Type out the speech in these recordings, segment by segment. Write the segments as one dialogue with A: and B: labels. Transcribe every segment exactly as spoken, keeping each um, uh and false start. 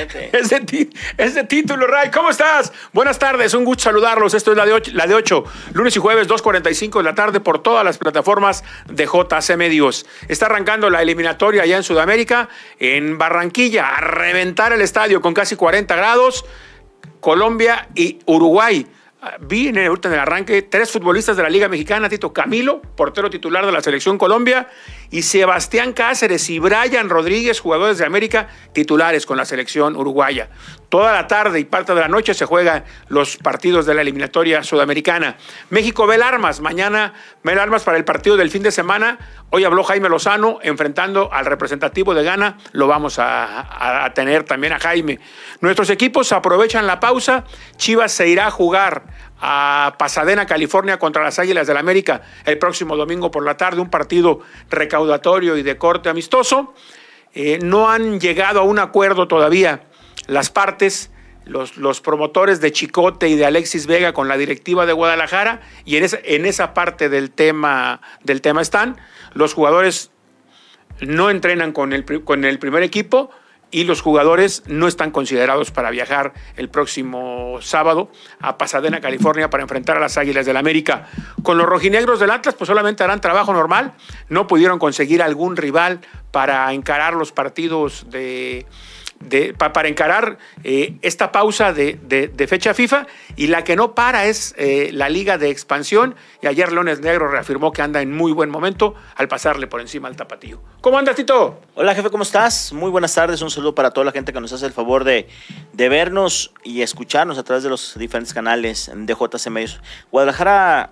A: ese, ti, ese título, Ray. ¿Cómo estás? Buenas tardes, un gusto saludarlos. Esto es la de ocho, la de ocho lunes y jueves, dos cuarenta y cinco de la tarde por todas las plataformas de J C Medios. Está arrancando la eliminatoria allá en Sudamérica, en Barranquilla, a reventar el estadio con casi cuarenta grados. Colombia y Uruguay. Vi en el, en el arranque tres futbolistas de la Liga Mexicana, Tito Camilo, portero titular de la Selección Colombia, y Sebastián Cáceres y Brian Rodríguez, jugadores de América, titulares con la Selección Uruguaya. Toda la tarde y parte de la noche se juegan los partidos de la eliminatoria sudamericana. México ve el armas, mañana ve el armas para el partido del fin de semana. Hoy habló Jaime Lozano enfrentando al representativo de Ghana, lo vamos a, a, a tener también a Jaime. Nuestros equipos aprovechan la pausa, Chivas se irá a jugar a Pasadena, California, contra las Águilas del América el próximo domingo por la tarde, un partido recaudatorio y de corte amistoso. Eh, no han llegado a un acuerdo todavía las partes, los, los promotores de Chicote y de Alexis Vega con la directiva de Guadalajara, y en esa, en esa parte del tema, del tema están. Los jugadores no entrenan con el, con el primer equipo, y los jugadores no están considerados para viajar el próximo sábado a Pasadena, California, para enfrentar a las Águilas del América. Con los rojinegros del Atlas, pues solamente harán trabajo normal. No pudieron conseguir algún rival para encarar los partidos de... De, pa, para encarar eh, esta pausa de, de, de fecha FIFA, y la que no para es eh, la Liga de Expansión, y ayer Leones Negros reafirmó que anda en muy buen momento al pasarle por encima al Tapatío. ¿Cómo andas, Tito?
B: Hola, jefe, ¿cómo estás? Muy buenas tardes, un saludo para toda la gente que nos hace el favor de, de vernos y escucharnos a través de los diferentes canales de J C Medios. Guadalajara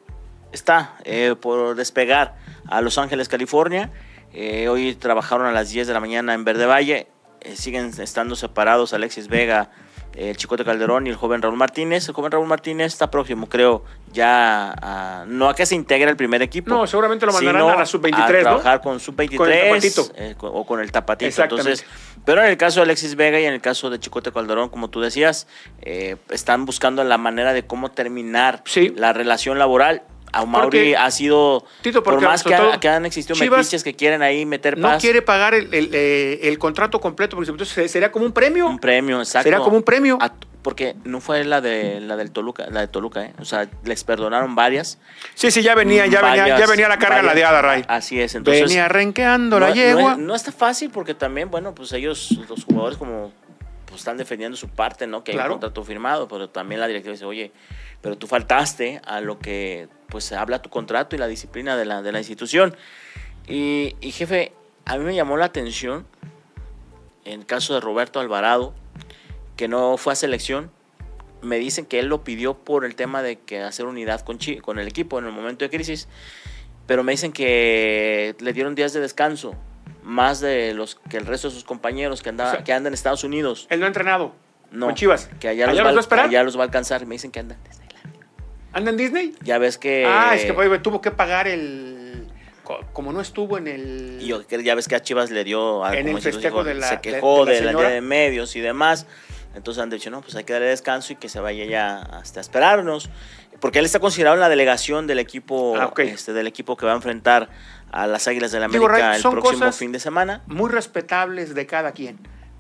B: está eh, por despegar a Los Ángeles, California. Eh, hoy trabajaron a las diez de la mañana en Verde Valle. Eh, siguen estando separados Alexis Vega, eh, el Chicote Calderón y el joven Raúl Martínez. El joven Raúl Martínez está próximo, creo, ya a, no a que se integre al primer equipo.
A: No, seguramente lo mandarán a la sub veintitrés,
B: ¿no? A
A: ¿no?
B: trabajar con sub veintitrés eh, con, o con el Tapatito. Entonces, pero en el caso de Alexis Vega y en el caso de Chicote Calderón, como tú decías, eh, están buscando la manera de cómo terminar sí. la relación laboral. A Mauri ha sido,
A: Tito,
B: por más que, ha, que han existido Chivas, metiches que quieren ahí meter paz.
A: No quiere pagar el, el, el, el contrato completo, porque entonces sería como un premio.
B: Un premio, exacto.
A: Sería como un premio.
B: A, porque no fue la de la del Toluca, la de Toluca, ¿eh? O sea, les perdonaron varias.
A: Sí, sí, ya venía, ya varias, venía, ya venía la carga varias, ladeada, Ray.
B: Así es, entonces.
A: Venía renqueando no, la yegua.
B: No, no está fácil, porque también, bueno, pues ellos, los jugadores, como pues están defendiendo su parte, ¿no? Que claro. hay un contrato firmado, pero también la directiva dice, oye, pero tú faltaste a lo que pues habla tu contrato y la disciplina de la, de la institución. Y, y jefe, a mí me llamó la atención en el caso de Roberto Alvarado, que no fue a selección. Me dicen que él lo pidió por el tema de que hacer unidad con, Chi, con el equipo en el momento de crisis, pero me dicen que le dieron días de descanso, más de los que el resto de sus compañeros que, andaba, o sea, que andan en Estados Unidos.
A: Él no ha entrenado
B: no,
A: con Chivas.
B: Que allá,
A: ¿Allá
B: los,
A: los va,
B: va, allá los va a alcanzar. Me dicen que andan desde
A: ¿Anda en Disney?
B: Ya ves que...
A: Ah, es que pues, tuvo que pagar el... Como no estuvo en el...
B: Y ya ves que a Chivas le dio... A,
A: en el festejo de la...
B: Se quejó
A: de, de, la,
B: de la de medios y demás. Entonces han dicho, no, pues hay que darle descanso y que se vaya ya hasta esperarnos. Porque él está considerado en la delegación del equipo, ah, okay. este, del equipo que va a enfrentar a las Águilas del América. Digo, Ray, el próximo fin de semana.
A: Muy respetables de cada quien.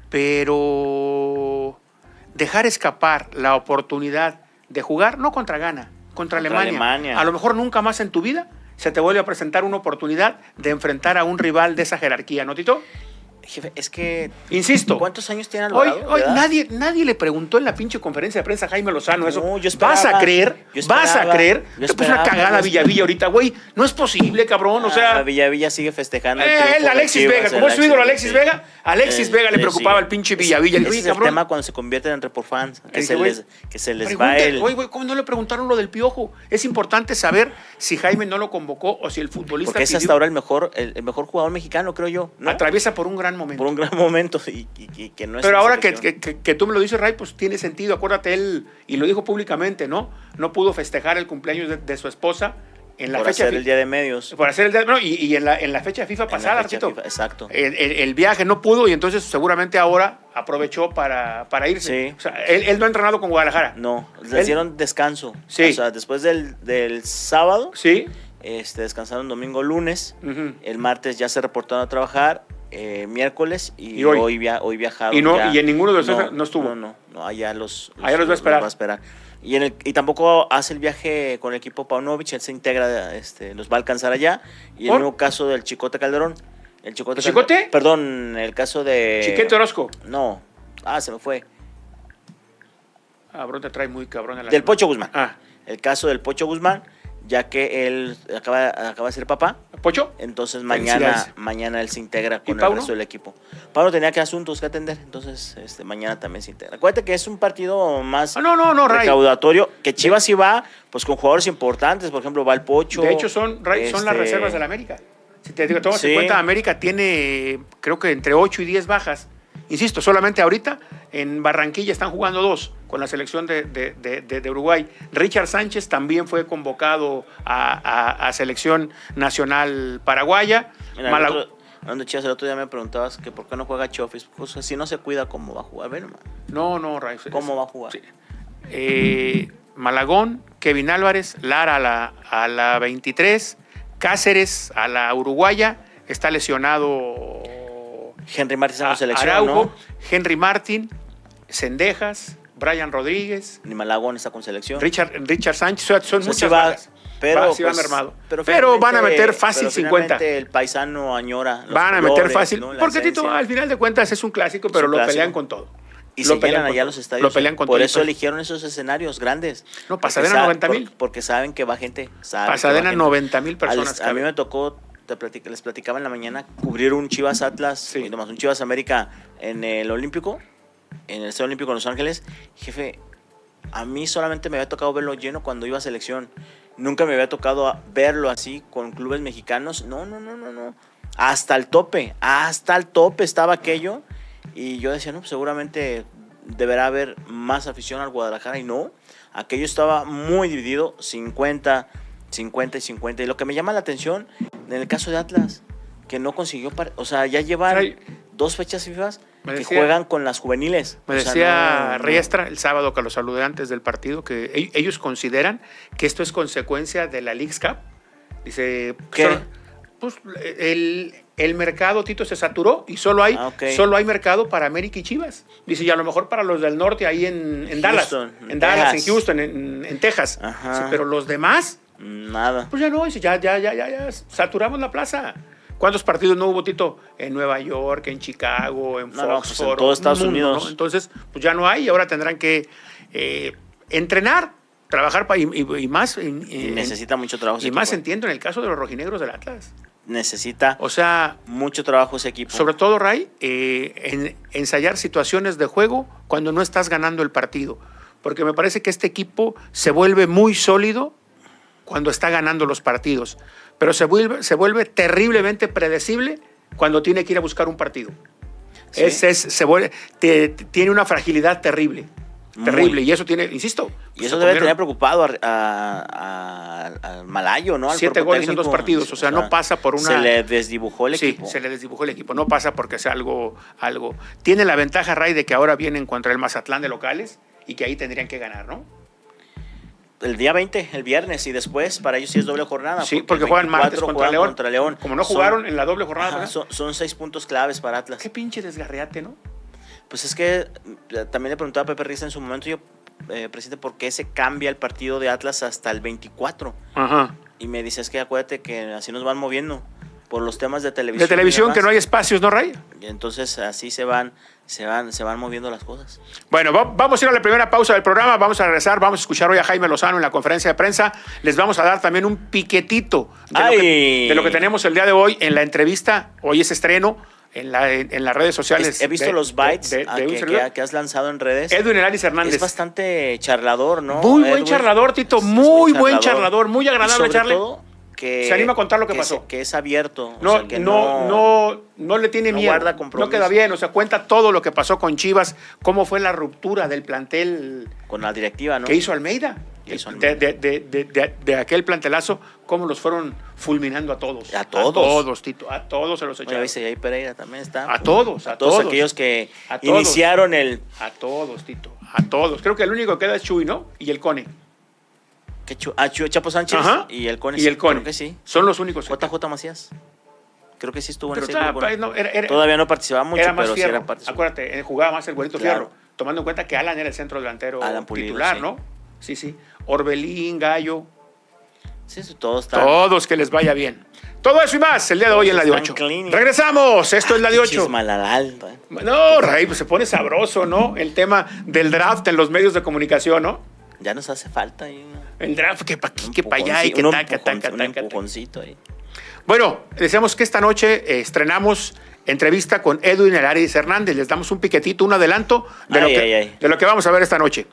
A: Pero dejar escapar la oportunidad de jugar, no contra Ghana, contra, contra Alemania. Alemania. A lo mejor nunca más en tu vida se te vuelve a presentar una oportunidad de enfrentar a un rival de esa jerarquía, ¿no, Tito?
B: Jefe, es que...
A: Insisto.
B: ¿Cuántos años tiene Alvarado?
A: Hoy, hoy nadie, nadie le preguntó en la pinche conferencia de prensa a Jaime Lozano eso.
B: No, yo esperaba,
A: ¿Vas a creer?
B: yo esperaba,
A: ¿Vas a creer?
B: Yo
A: te puso una cagada Villavilla ahorita, güey. No es posible, cabrón. O sea...
B: Ah, Villavilla sigue festejando.
A: Eh, el Alexis Chivas, Vega. ¿Cómo es su ídolo Alexis sí. Vega? Alexis eh, Vega le preocupaba al sí. pinche Villavilla.
B: Ese
A: Oye,
B: es el
A: cabrón.
B: tema cuando se convierten en report-fans. Que, se les, que se les
A: Pregunta,
B: va el...
A: Oye, güey, ¿cómo no le preguntaron lo del Piojo? Es importante saber si Jaime no lo convocó o si el futbolista
B: Porque es
A: pidió.
B: hasta ahora el mejor, el, el mejor jugador mexicano, creo yo, ¿no?
A: Atraviesa por un gran momento.
B: Por un gran momento. Y, y, y que no es
A: Pero ahora que, que, que, que tú me lo dices, Ray, pues tiene sentido. Acuérdate, él, y lo dijo públicamente, ¿no? No pudo festejar el cumpleaños de, de su esposa en la
B: por
A: fecha.
B: Por hacer el Día de Medios.
A: Por hacer el Día de Medios. Y, y en, la, en la fecha FIFA pasada,
B: fecha FIFA, exacto.
A: El, el, el viaje no pudo y entonces seguramente ahora aprovechó para, para irse.
B: Sí.
A: O sea, él, él no ha entrenado con Guadalajara.
B: No, les él, dieron descanso.
A: Sí.
B: O sea, después del, del sábado.
A: Sí.
B: Este, descansaron domingo, lunes.
A: Uh-huh.
B: El martes ya se reportaron a trabajar. eh, miércoles y,
A: ¿Y hoy?
B: Hoy, via hoy viajaron.
A: ¿Y, no,
B: ya.
A: ¿Y en ninguno de los
B: no,
A: dos no estuvo?
B: No, no, no, allá los, los,
A: allá los va a esperar.
B: Los va a esperar. Y, en el, y tampoco hace el viaje con el equipo Paunovic, él se integra, este, los va a alcanzar allá. Y
A: ¿Por?
B: el mismo caso del Chicote Calderón. El Chicote
A: ¿El Chicote?
B: Calderón, perdón, el caso de...
A: Chiquete Orozco.
B: No, ah, se me fue.
A: Cabrón, te trae muy cabrón. A la
B: Del Pocho Guzmán.
A: Ah.
B: El caso del Pocho Guzmán, ya que él acaba, acaba de ser papá.
A: ¿Pocho?
B: Entonces mañana, mañana él se integra con el resto del equipo. Pablo tenía que asuntos que atender, entonces este, mañana también se integra. Acuérdate que es un partido más
A: ah, no, no, no,
B: recaudatorio, que Chivas sí va pues con jugadores importantes, por ejemplo va el Pocho.
A: De hecho son, Ray,
B: este...
A: son las reservas del América. Si te digo, tomas
B: sí.
A: en cuenta, América tiene creo que entre ocho y diez bajas. Insisto, solamente ahorita en Barranquilla están jugando dos con la selección de, de, de, de Uruguay. Richard Sánchez también fue convocado a, a, a selección nacional paraguaya.
B: Mira, Mala... el otro, hablando de Chivas, el otro día me preguntabas que por qué no juega Chofis. Pues, si no se cuida, ¿cómo va a jugar? Ven,
A: no, no, Ray.
B: ¿Cómo
A: es,
B: va a jugar?
A: Sí. Eh, Malagón, Kevin Álvarez, Lara a la, a la veintitrés, Cáceres a la uruguaya, está lesionado...
B: Henry Martin está con selección,
A: Araujo,
B: ¿no?
A: Henry Martin, Cendejas, Brian Rodríguez.
B: Ni Malagón está con selección.
A: Richard, Richard Sánchez, son, son
B: o sea,
A: muchas
B: sí va,
A: bajas.
B: Pero,
A: va, sí
B: pues,
A: va mermado.
B: Pero,
A: pero van a meter fácil cincuenta.
B: El paisano añora.
A: Van a meter fácil.
B: ¿no?
A: Porque Tito, al final de cuentas es un clásico, pero un lo clásico. Pelean con todo.
B: Y
A: lo
B: se llenan allá los estadios.
A: Lo pelean con
B: Por
A: todo.
B: eso eligieron esos escenarios grandes.
A: No, Pasadena noventa mil.
B: Por, porque saben que va gente.
A: Pasadena noventa mil personas.
B: Al, a mí me tocó, te platic, les platicaba en la mañana, cubrir un Chivas Atlas, sí. y nomás un Chivas América en el Olímpico, en el Estadio Olímpico de Los Ángeles. Jefe, a mí solamente me había tocado verlo lleno cuando iba a selección. Nunca me había tocado verlo así con clubes mexicanos. No, no, no, no, no. Hasta el tope, hasta el tope estaba aquello. Y yo decía, no, pues seguramente deberá haber más afición al Guadalajara. Y no, aquello estaba muy dividido, cincuenta, cincuenta y cincuenta. Y lo que me llama la atención, en el caso de Atlas, que no consiguió, o sea, ya llevan Ay, dos fechas FIFA que decía, juegan con las juveniles.
A: Me
B: o
A: decía
B: sea, no,
A: Riestra el sábado que lo saludé antes del partido, que ellos consideran que esto es consecuencia de la Leagues Cup. Dice,
B: ¿qué?
A: Son, pues el, el mercado, Tito, se saturó y solo hay,
B: ah, okay.
A: solo hay mercado para América y Chivas. Dice, y a lo mejor para los del norte ahí en, en Dallas, en, en Dallas, en Houston, en, en Texas. Dice, pero los demás,
B: nada.
A: Pues ya no, dice, ya, ya, ya, ya, ya saturamos la plaza. ¿Cuántos partidos no hubo, Tito? En Nueva York, en Chicago, en Foxborough, no, no, pues en
B: todos Estados mundo, Unidos.
A: ¿no? Entonces, pues ya no hay y ahora tendrán que eh, entrenar, trabajar pa, y, y, y más. Y,
B: y necesita mucho trabajo.
A: Y más entiendo en el caso de los rojinegros del Atlas.
B: Necesita
A: o sea,
B: mucho trabajo ese equipo.
A: Sobre todo, Ray, eh, en, ensayar situaciones de juego cuando no estás ganando el partido. Porque me parece que este equipo se vuelve muy sólido cuando está ganando los partidos, pero se vuelve, se vuelve terriblemente predecible cuando tiene que ir a buscar un partido. ¿Sí? Es, es, se vuelve, te, tiene una fragilidad terrible, Muy. terrible, y eso tiene, insisto.
B: Y eso debe tener preocupado al a, a, a Malayo, ¿no? Al
A: siete goles técnico. En dos partidos, o sea, o sea, no pasa por una...
B: Se le desdibujó el
A: sí,
B: equipo.
A: se le desdibujó el equipo, no pasa porque sea algo, algo... Tiene la ventaja, Ray, de que ahora vienen contra el Mazatlán de locales y que ahí tendrían que ganar, ¿no?
B: El día veinte, el viernes, y después para ellos sí es doble jornada.
A: Sí, porque, porque juegan martes contra León.
B: contra León.
A: Como no jugaron son, en la doble jornada.
B: Ajá, son, son seis puntos claves para Atlas.
A: Qué pinche desgarreate, ¿no?
B: Pues es que también le preguntaba a Pepe Risa en su momento, yo, eh, presidente, ¿por qué se cambia el partido de Atlas hasta el veinticuatro? Ajá. Y me dice, es que acuérdate que así nos van moviendo por los temas de televisión.
A: De televisión, que no hay espacios, ¿no, Ray?
B: Y entonces así se van... Se van, se van moviendo las cosas.
A: Bueno, va, vamos a ir a la primera pausa del programa, vamos a regresar, vamos a escuchar hoy a Jaime Lozano en la conferencia de prensa. Les vamos a dar también un piquetito de, lo que, de lo que tenemos el día de hoy en la entrevista. Hoy es estreno en, la, en, en las redes sociales.
B: He visto
A: de,
B: los bytes
A: de, de, de
B: que, que, que has lanzado en redes.
A: Edwin Elalis Hernández.
B: Es bastante charlador, ¿no?
A: Muy buen
B: Edwin,
A: charlador, Tito, muy buen charlador, muy agradable charle.
B: Todo, que,
A: se anima a contar lo que,
B: que
A: pasó.
B: Es, que es abierto.
A: No,
B: o sea, que
A: no, no, no, no le tiene
B: no
A: miedo.
B: Guarda
A: no queda bien. O sea, cuenta todo lo que pasó con Chivas, cómo fue la ruptura del plantel.
B: Con la directiva, ¿no?
A: Que hizo Almeida. Que hizo Almeida. De, de, de, de, de aquel plantelazo, cómo los fueron fulminando a todos.
B: A todos.
A: A todos, Tito. A todos se los echaron.
B: Oye, ahí Pereira también está.
A: A todos, a,
B: a todos.
A: todos.
B: aquellos que
A: a todos.
B: iniciaron el.
A: A todos, Tito. A todos. Creo que el único que queda es Chuy, ¿no? Y el Cone.
B: Que Chu, ah, Chu, Chapo Sánchez. Ajá. Y el Cone.
A: Y el Cone.
B: Creo que sí.
A: Son los únicos.
B: J J Macías. creo que sí estuvo
A: pero
B: en ese
A: estaba,
B: grupo.
A: no, era, era,
B: Todavía no participaba mucho,
A: era más
B: pero
A: Fierro.
B: sí era participante.
A: Acuérdate, jugaba más el güerito
B: Claro.
A: Fierro, tomando en cuenta que Alan era el centro delantero
B: Alan Pulido,
A: titular,
B: sí.
A: ¿no? Sí, sí. Orbelín, Gallo.
B: Sí, todos están.
A: Todos que les vaya bien. Todo eso y más el día de hoy en la de ocho. Regresamos, esto es la de ocho.
B: Chismalalal.
A: No, Ray, pues se pone sabroso, ¿no? El tema del draft en los medios de comunicación, ¿no?
B: Ya nos hace falta ahí. ¿no?
A: El draft que para aquí, que para allá y que
B: un
A: taca,
B: empujón,
A: taca,
B: un
A: taca, taca.
B: empujoncito ahí.
A: Bueno, decíamos que esta noche eh, estrenamos entrevista con Edwin El Aris Hernández. Les damos un piquetito, un adelanto de,
B: Ay,
A: lo que,
B: ay, ay.
A: de lo que vamos a ver esta noche.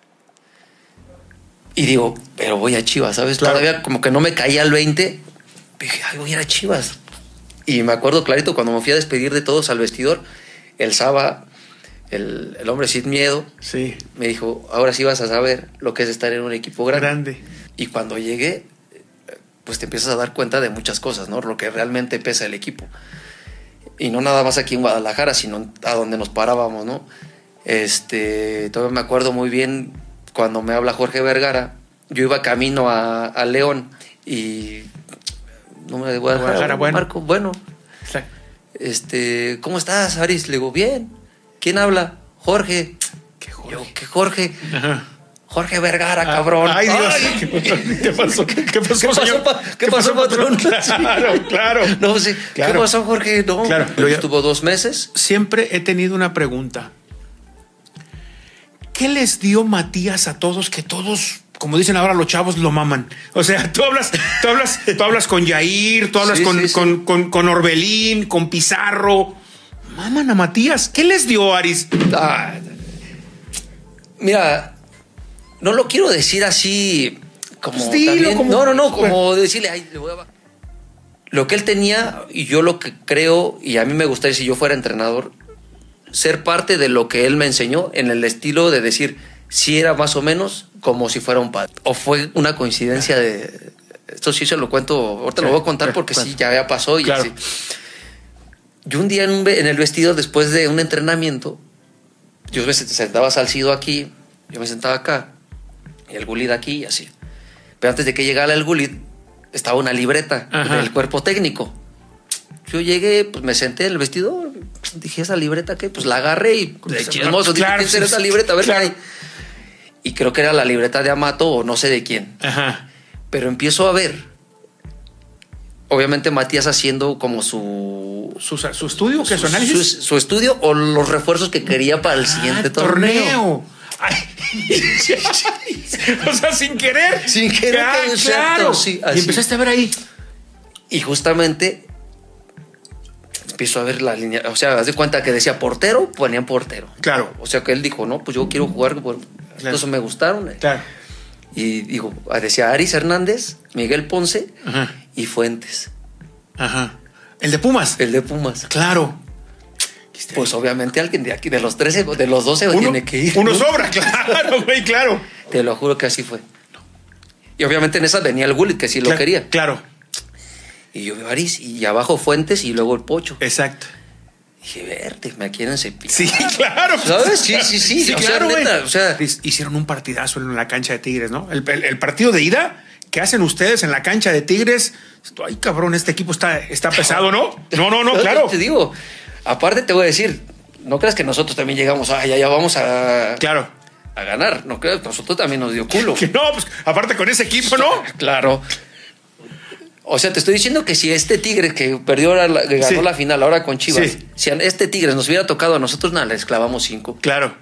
C: Y digo, pero voy a Chivas, ¿sabes?
A: Claro.
C: Todavía como que no me caía el veinte. Dije, ay, voy a ir a Chivas. Y me acuerdo clarito cuando me fui a despedir de todos al vestidor, el Saba, el, el hombre sin miedo,
A: Sí.
C: me dijo, ahora sí vas a saber lo que es estar en un equipo grande.
A: Grande.
C: Y cuando llegué, pues te empiezas a dar cuenta de muchas cosas, ¿no? Lo que realmente pesa el equipo. Y no nada más aquí en Guadalajara, sino a donde nos parábamos, ¿no? Este, todavía me acuerdo muy bien cuando me habla Jorge Vergara. Yo iba camino a, a León y no me voy a dejar.
A: Guadalajara, bueno.
C: Marco, bueno.
A: Exacto.
C: Este, ¿cómo estás, Aris? Le digo, bien. ¿Quién habla? Jorge.
A: ¿Qué Jorge?
C: Yo, ¿qué Jorge?
A: Ajá.
C: Jorge Vergara, cabrón.
A: Ay, Dios.
C: Ay.
A: ¿Qué pasó? ¿Qué pasó,
C: ¿Qué pasó,
A: señor?
C: pa- ¿Qué pasó, patrón?
A: Claro, claro.
C: No, sí.
A: Claro.
C: ¿Qué pasó, Jorge? No.
A: Claro.
C: Pero estuvo dos meses.
A: Siempre he tenido una pregunta. ¿Qué les dio Matías a todos que todos, como dicen ahora los chavos, lo maman? O sea, tú hablas, tú hablas, tú hablas con Yair, tú hablas
C: Sí,
A: con,
C: sí, sí.
A: Con, con, con Orbelín, con Pizarro. Maman a Matías. ¿Qué les dio, Aris?
C: Ah, mira, no lo quiero decir así como
A: Pues dilo,
C: también-
A: como-
C: no, no, no, como decirle, ay, le voy a... Lo que él tenía, y yo lo que creo, y a mí me gustaría si yo fuera entrenador, ser parte de lo que él me enseñó en el estilo de decir si era más o menos como si fuera un padre. O fue una coincidencia de... Esto sí se lo cuento, ahorita
A: Sí,
C: lo voy a contar
A: sí,
C: porque
A: cuenta.
C: sí, ya, ya pasó. Y
A: Claro.
C: así. Yo un día en, un ve- en el vestido, después de un entrenamiento, yo me sentaba Salcido aquí, yo me sentaba acá, y el Gullit aquí, y así. Pero antes de que llegara el Gullit, estaba una libreta
A: Ajá.
C: del cuerpo técnico. Yo llegué, pues me senté en el vestidor, dije, ¿esa libreta qué? Pues la agarré y de chismoso, dije,
A: Claro,
C: ¿quién será
A: sí,
C: esa libreta? A ver
A: claro.
C: qué hay. Y creo que era la libreta de Amato o no sé de quién.
A: Ajá.
C: Pero empiezo a ver, obviamente Matías haciendo como su...
A: ¿Su, su estudio? ¿Qué? ¿Su
C: su,
A: análisis?
C: su estudio o los refuerzos que quería para el siguiente
A: Ah,
C: torneo.
A: Ay. O sea, sin querer.
C: Sin querer,
A: Ah,
C: exacto,
A: claro.
C: sí,
A: Y
C: así.
A: empezaste a ver ahí.
C: Y justamente empiezo a ver la línea, o sea, haz de cuenta que decía portero, ponían portero.
A: Claro.
C: O sea, que él dijo, no, pues yo quiero jugar, por...
A: Claro.
C: entonces me gustaron. eh.
A: Claro.
C: Y digo, decía Aris Hernández, Miguel Ponce
A: Ajá.
C: y Fuentes,
A: Ajá. El de Pumas.
C: el de Pumas.
A: Claro.
C: Pues obviamente alguien de aquí, de los trece, de los doce
A: Uno,
C: tiene que ir.
A: uno
C: ¿no?
A: sobra, claro, güey, claro.
C: Te lo juro que así fue. Y obviamente en esa venía el Gullit, que sí lo
A: Claro,
C: quería.
A: Claro,
C: Y yo veo a Aris y abajo Fuentes y luego el Pocho.
A: exacto.
C: Dije, verte, me quieren cepillar.
A: Sí, claro.
C: ¿Sabes? Sí, sí, sí.
A: Sí,
C: O sea,
A: claro, güey.
C: neta, o sea-
A: Hicieron un partidazo en la cancha de Tigres, ¿no? El, el- el partido de ida que hacen ustedes en la cancha de Tigres. Ay, cabrón, este equipo está, está pesado, ¿no? No, no, no, claro.
C: Te digo, aparte te voy a decir, no creas que nosotros también llegamos, ah, ya, ya vamos a,
A: Claro.
C: a ganar. No creas, nosotros también nos dio culo.
A: Que no, pues aparte con ese equipo, ¿no?
C: Claro. O sea, te estoy diciendo que si este Tigre que perdió la, la- que ganó
A: Sí.
C: la final ahora con Chivas,
A: Sí.
C: si a este Tigres nos hubiera tocado a nosotros, nada, les clavamos cinco
A: Claro.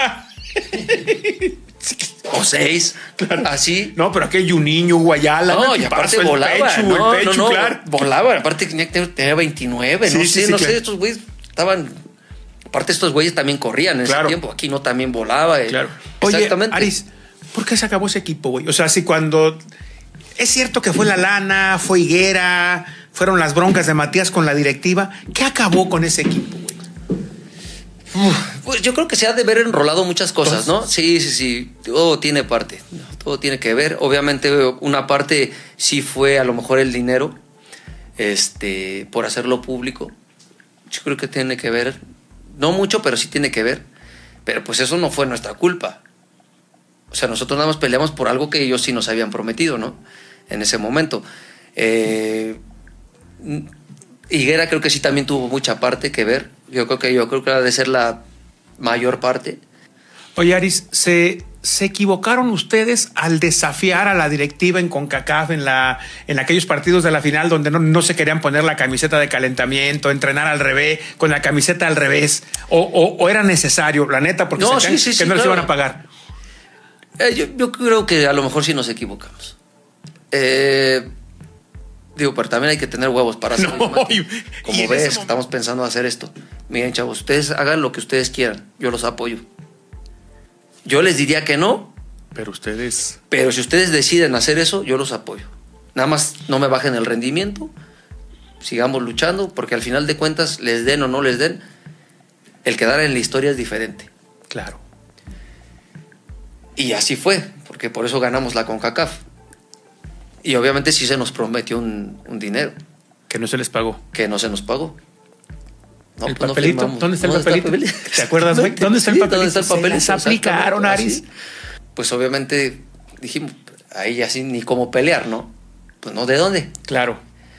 C: o seis.
A: Claro.
C: Así.
A: No, pero aquel Juninho, Guayala.
C: No,
A: el
C: y aparte
A: Pecho,
C: volaba.
A: El
C: no,
A: Pecho,
C: no, no,
A: claro.
C: volaba. Aparte tenía, que tener- tenía veintinueve,
A: Sí,
C: no
A: sí,
C: sé,
A: sí,
C: no
A: claro.
C: sé, estos güeyes estaban... Aparte estos güeyes también corrían en
A: Claro.
C: ese tiempo. Aquí no también volaba. eh.
A: Claro. Oye,
C: Exactamente.
A: Aris, ¿por qué se acabó ese equipo, güey? O sea, si cuando... Es cierto que fue la lana, fue Higuera, fueron las broncas de Matías con la directiva. ¿Qué acabó con ese equipo, güey?
C: Pues yo creo que se ha de ver enrolado muchas cosas, ¿no? Sí, sí, sí. Todo tiene parte. Todo tiene que ver. Obviamente, una parte sí fue a lo mejor el dinero, este, por hacerlo público. Yo creo que tiene que ver. No mucho, pero sí tiene que ver. Pero pues eso no fue nuestra culpa. O sea, nosotros nada más peleamos por algo que ellos sí nos habían prometido, ¿no? En ese momento. Eh, Higuera creo que sí también tuvo mucha parte que ver. Yo creo que yo creo que ha de ser la mayor parte.
A: Oye, Aris, ¿se, ¿se equivocaron ustedes al desafiar a la directiva en CONCACAF en, la, en aquellos partidos de la final donde no, no se querían poner la camiseta de calentamiento, entrenar al revés, con la camiseta al revés? ¿O, o, o era necesario, la neta, porque
C: no,
A: se
C: sí, sí,
A: que
C: sí,
A: no les
C: claro.
A: iban a pagar?
C: Eh, yo, yo creo que a lo mejor sí nos equivocamos. Eh, digo, pero también hay que tener huevos para hacerlo.
A: No, y,
C: Como
A: y
C: ves, estamos pensando hacer esto. Miren, chavos, ustedes hagan lo que ustedes quieran. Yo los apoyo. Yo les diría que no.
A: Pero ustedes...
C: Pero si ustedes deciden hacer eso, yo los apoyo. Nada más no me bajen el rendimiento. Sigamos luchando, porque al final de cuentas, les den o no les den, el quedar en la historia es diferente.
A: Claro.
C: Y así fue, porque por eso ganamos la CONCACAF. Y obviamente sí se nos prometió un, un dinero.
A: Que no se les pagó.
C: Que no se nos pagó. No,
A: ¿El
C: pues
A: papelito?
C: no
A: ¿Dónde está el
C: ¿Dónde
A: papelito?
C: está el papelito?
A: ¿Te acuerdas, güey? ¿Dónde está el
C: Sí,
A: papelito?
C: ¿Dónde está el papelito?
A: Se las aplicaron, Aris.
C: Así. Pues obviamente dijimos, ahí así ni cómo pelear, ¿no? Pues no, ¿de dónde?
A: Claro.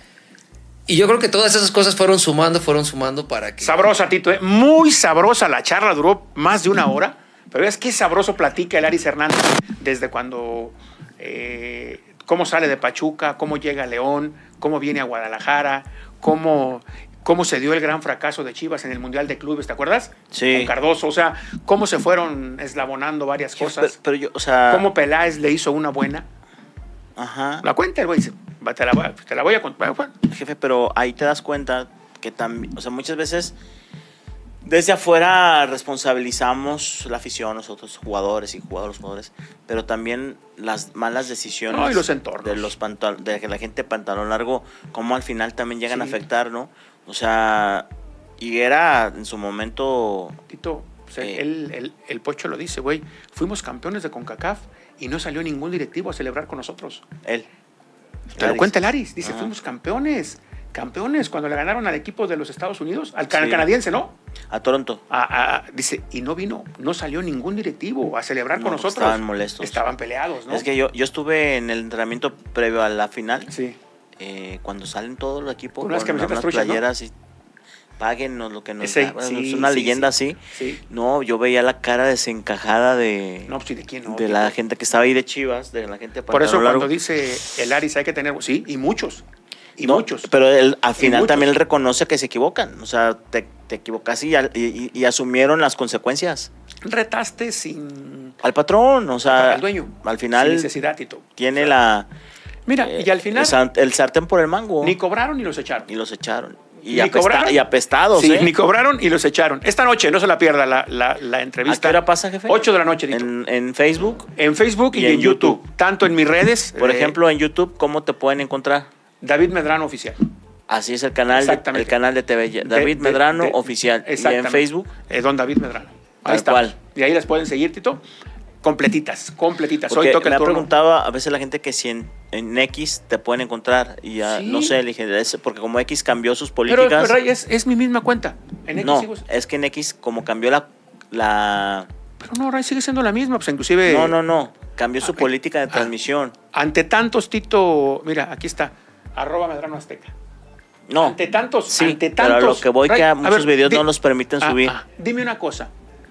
C: Y yo creo que todas esas cosas fueron sumando, fueron sumando para que...
A: Sabrosa, Tito, ¿eh? Muy sabrosa la charla, duró más de una hora, pero es que sabroso platica el Aris Hernández desde cuando, eh, cómo sale de Pachuca, cómo llega a León, cómo viene a Guadalajara, cómo, cómo se dio el gran fracaso de Chivas en el Mundial de Clubes, ¿te acuerdas?
B: Sí.
A: Con Cardoso, o sea, cómo se fueron eslabonando varias cosas.
B: Pero, pero yo, o sea...
A: Cómo Peláez le hizo una buena.
B: Ajá.
A: La cuenta el güey dice, te la, voy, te la voy a contar.
B: Jefe, pero ahí te das cuenta que también, o sea, muchas veces desde afuera responsabilizamos la afición, nosotros jugadores y jugadores, jugadores, pero también las malas decisiones
A: no, y los entornos
B: de los pantal de la gente de pantalón largo, como al final también llegan
A: sí.
B: a afectar, ¿no? O sea, Higuera en su momento...
A: Tito, o sea,
B: eh,
A: él, él, el Pocho lo dice, güey, fuimos campeones de CONCACAF y no salió ningún directivo a celebrar con nosotros.
B: Él.
A: Te lo cuenta el Aris, dice,
B: Ajá.
A: fuimos campeones, campeones, cuando le ganaron al equipo de los Estados Unidos, al can
B: Sí.
A: canadiense, ¿no?
B: A Toronto.
A: A, a, dice, y no vino, no salió ningún directivo a celebrar
B: No,
A: con nosotros.
B: estaban molestos.
A: Estaban peleados, ¿no?
B: Es que yo, yo estuve en el entrenamiento previo a la final.
A: Sí.
B: Eh, cuando salen todos los equipos
A: Con unas
B: con
A: camisetas
B: unas
A: truchas, ¿no?
B: playeras y páguenos lo que nos
A: Sí,
B: da. Bueno,
A: sí,
B: es una
A: sí,
B: leyenda
A: sí.
B: así.
A: Sí.
B: No, yo veía la cara desencajada de,
A: No, pues, ¿y de quién no?
B: de la gente que estaba ahí de Chivas, de la gente de
A: Por eso
B: pantalón
A: cuando
B: largo.
A: dice el Aris hay que tener, sí, y muchos, y
B: No,
A: muchos.
B: Pero él, al
A: Y
B: final
A: muchos.
B: también él reconoce que se equivocan. O sea, te, te equivocas y, y, y asumieron las consecuencias.
A: Retaste sin...
B: Al patrón, o sea,
A: al dueño.
B: al final
A: Sin necesidad, Tito.
B: tiene
A: O sea,
B: la...
A: Mira,
B: eh,
A: y al final
B: el, san- el sartén por el mango.
A: ni cobraron ni los echaron.
B: Y los echaron. Y,
A: Ni
B: apesta-
A: cobraron.
B: y apestados,
A: Sí,
B: ¿eh?
A: ni cobraron y los echaron. Esta noche, no se la pierda la, la, la
B: ¿A
A: entrevista.
B: qué hora pasa, jefe?
A: ocho de la noche, Tito.
B: En, en Facebook.
A: En Facebook y,
B: Y
A: en,
B: en
A: YouTube.
B: YouTube.
A: Tanto en mis redes.
B: Por
A: eh,
B: ejemplo, en YouTube, ¿cómo te pueden encontrar?
A: David Medrano Oficial.
B: Así es el canal, de,
A: Exactamente.
B: el canal de T V.
A: De-
B: David
A: de-
B: Medrano
A: de-
B: Oficial. Y
A: Exactamente.
B: en Facebook.
A: Eh, don David Medrano. Ahí
B: Tal
A: está.
B: cual.
A: Y ahí las pueden seguir, Tito. Completitas, completitas.
B: Porque
A: Hoy toca
B: me
A: el
B: ha
A: turno.
B: preguntado a veces la gente que si en, en X te pueden encontrar. Y ya,
A: Sí.
B: no sé, le dije, es porque como X cambió sus
A: Pero,
B: políticas.
A: pero Ray, es, es mi misma cuenta. En X
B: no,
A: sigo-
B: es que en X, como cambió la. la
A: Pero no, Ray, sigue siendo la misma. Pues inclusive.
B: no, no, no. Cambió su
A: ah,
B: política de
A: ah.
B: transmisión.
A: Ante tantos, Tito. Mira, aquí está. Arroba Medrano Azteca.
B: No.
A: Ante tantos,
B: Sí,
A: ante
B: pero
A: tantos.
B: a lo que voy
A: Ray,
B: que a
A: a
B: muchos
A: ver,
B: videos
A: di-
B: no los permiten
A: Ah,
B: subir.
A: ah, dime una cosa.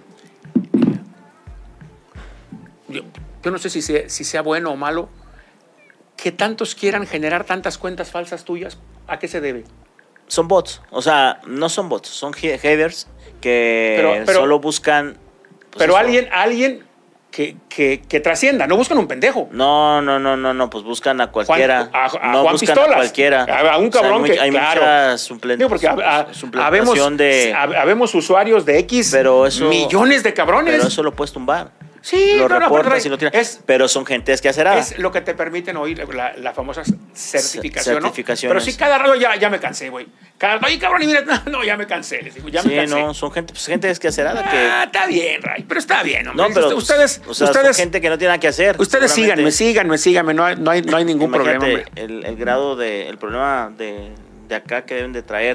A: Yo, yo no sé si sea, si sea bueno o malo que tantos quieran generar tantas cuentas falsas tuyas. ¿A qué se debe?
B: Son bots. O sea, no son bots, son he- haters que
A: Pero- pero-
B: solo buscan. pues
A: Pero
B: eso.
A: alguien, alguien que, que, que trascienda. No buscan un pendejo.
B: No, no, no, no, no, pues buscan a
A: Juan-
B: cualquiera.
A: a, a
B: no
A: Juan
B: buscan
A: Pistolas.
B: a cualquiera.
A: A, a un
B: O sea,
A: cabrón
B: hay
A: que,
B: mucha- hay
A: claro.
B: mucha suplen-
A: Digo, porque ha- ha-
B: suplantación
A: habemos,
B: de.
A: hab- habemos usuarios de X,
B: Pero eso-
A: millones de cabrones.
B: Pero eso lo puedes tumbar.
A: Sí,
B: lo
A: no, no,
B: reportas
A: pero
B: y lo tiras.
A: es-
B: pero son gentes que aceradas.
A: Es lo que te permiten oír la, la famosa certificación, ¿no?
B: certificaciones.
A: Pero sí, cada rato ya, ya me cansé, güey. Cada oye, cabrón, y mira, no, no, ya me cansé. Les digo, ya
B: Sí,
A: me cansé.
B: no, son gente, pues, gente que acerada
A: Ah,
B: que.
A: está bien, Ray, pero está bien, hombre.
B: No, pero
A: ustedes,
B: o sea,
A: ustedes,
B: son gente que no tiene nada que hacer.
A: ustedes síganme,
B: seguramente.
A: síganme, síganme, no hay, no hay, no hay ningún
B: Imagínate
A: problema, hombre.
B: El, el grado de, el problema de, de acá que deben de traer